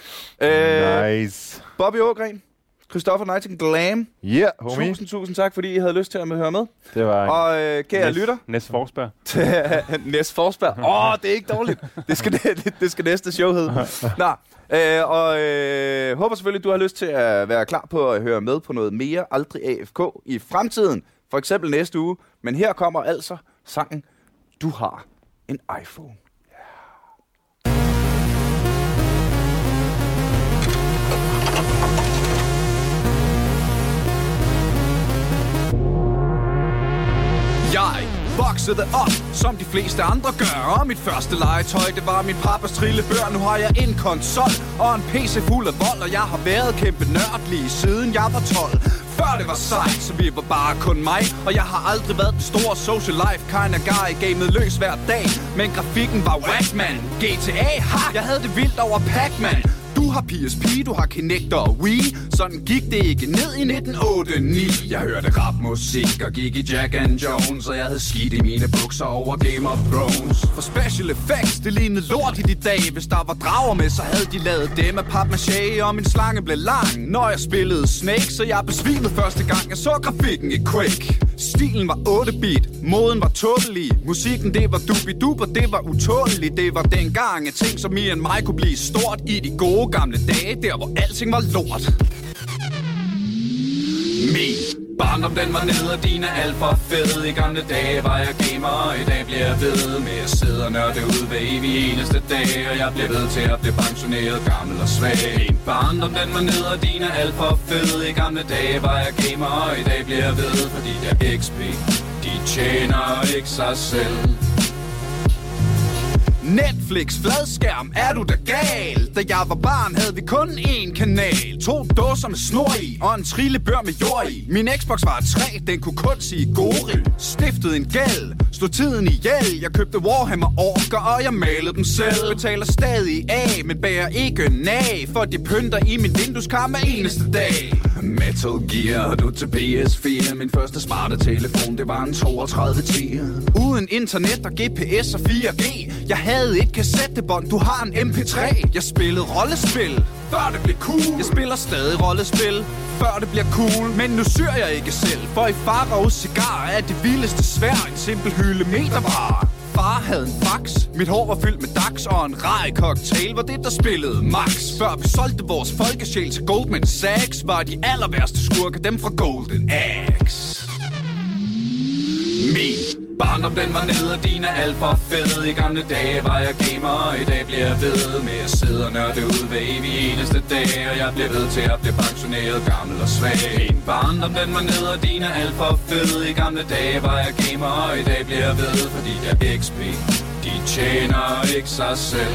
Ja. Øh, nice. Bobby Ågren, Christoffer Nighting Glam. Ja, yeah, homie. Tusind, tusind tak, fordi I havde lyst til at høre med. Det var og øh, kære Næs, lytter. Næs Forsberg. Næs Forsberg. Åh, oh, det er ikke dårligt. Det skal, det, det skal næste show hedde. Nå, øh, og øh, håber selvfølgelig, du har lyst til at være klar på at høre med på noget mere Aldrig A F K i fremtiden. For eksempel næste uge. Men her kommer altså sangen Du har en iPhone. Jeg voksede op, som de fleste andre gør. Og mit første legetøj, det var min pappas trillebør. Nu har jeg en konsol og en P C fuld af vold. Og jeg har været kæmpe nørd lige siden jeg var tolv. Før det var sejt, så vi var bare kun mig. Og jeg har aldrig været den store social life kind of guy. Gamet løs hver dag, men grafikken var whack, man. G T A, ha, jeg havde det vildt over Pac-Man. Du har P S P, du har Kinect og Wii. Sådan gik det ikke ned i nitten otteoghalvfems. Jeg hørte rapmusik og gik i Jack and Jones. Og jeg havde skidt i mine bukser over Game of Thrones. For special effects, det lignede lort i de dage. Hvis der var drager med, så havde de lavet dem af papmaché. Og min slange blev lang, når jeg spillede Snake. Så jeg besvimede første gang, jeg så grafikken i Quake. Stilen var otte bit, moden var tåbelig. Musikken det var dubiduber, det var utåleligt. Det var dengang at ting som I og mig kunne blive stort i de gode gamle dage, der hvor alting var lort. Min barndom den var nede, og din er alt for fed. I gamle dage var jeg gamer, og i dag bliver jeg ved med at sidde og nørde ud hver evig eneste dag. Og jeg bliver ved til at blive pensioneret, gammel og svag. Min barndom den var nede, og din er alt for fed. I gamle dage var jeg gamer, og i dag bliver jeg ved, fordi der X P, de tjener ikke sig selv. Netflix, fladskærm, er du da gal? Da jeg var barn, havde vi kun én kanal. To dåser med snor i, og en trillebør med jord i. Min Xbox var et træ, den kunne kun sige gori. Stiftede en gæld, slog tiden ihjel. Jeg købte Warhammer Orker, og jeg malede dem selv. Betaler stadig af, men bærer ikke nag, for de pynter i min vindueskarm hver eneste dag. Metal Gear, du til P S fire. Min første smarte telefon, det var en toogtredive ti. Uden internet og G P S og fire G. Jeg havde et kassettebånd, du har en M P tre. Jeg spillede rollespil, før det blev cool. Jeg spiller stadig rollespil, før det bliver cool. Men nu syr jeg ikke selv, for i Faraos cigar er det vildeste svær en simpel hylde metervare. Far havde en fax, mit hår var fyldt med dags, og en rej cocktail var det, der spillede max. Før vi solgte vores folkesjæl til Goldman Sachs, var de aller værste skurke dem fra Golden Axe. Min barndom, den var nede, og din er alt for fed. I gamle dage var jeg gamer, og i dag bliver jeg ved med at sidde og nørde ud hver evig eneste dag. Og jeg bliver ved til at blive pensioneret, gammel og svag. Min barndom, den var nede, og din er alt for fed. I gamle dage var jeg gamer, og i dag bliver jeg ved, fordi der X P, de tjener ikke sig selv.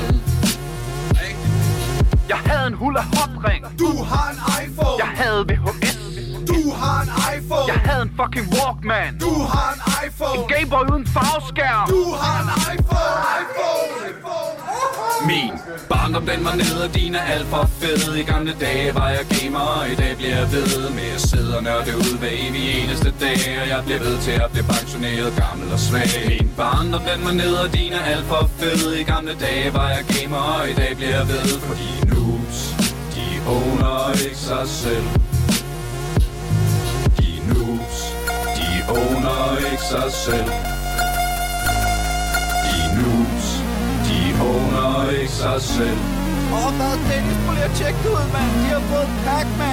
Jeg havde en hula hop-ring. Du har en iPhone. Jeg havde V H S. Du har en iPhone. Jeg havde en fucking Walkman. Du har en iPhone. En Gameboy uden farveskærm. Du har en iPhone. iPhone. Min barndom, den var nede, og din er alt for fed. I gamle dage var jeg gamer, og i dag bliver jeg ved med at sidde og nørde ud hver evig eneste dag. Og jeg bliver ved til at blive pensioneret, gammel og svag. Min barndom, den var nede, og din er alt for fed. I gamle dage var jeg gamer, og i dag bliver jeg ved, fordi noobs, de owner ikke sig selv. Noobs, de owner ikke sig selv. De noobs, de owner ikke sig selv. Åh, hvad Dennis, prøv lige at tjekke det ud, mand. De har fået Pac-Man.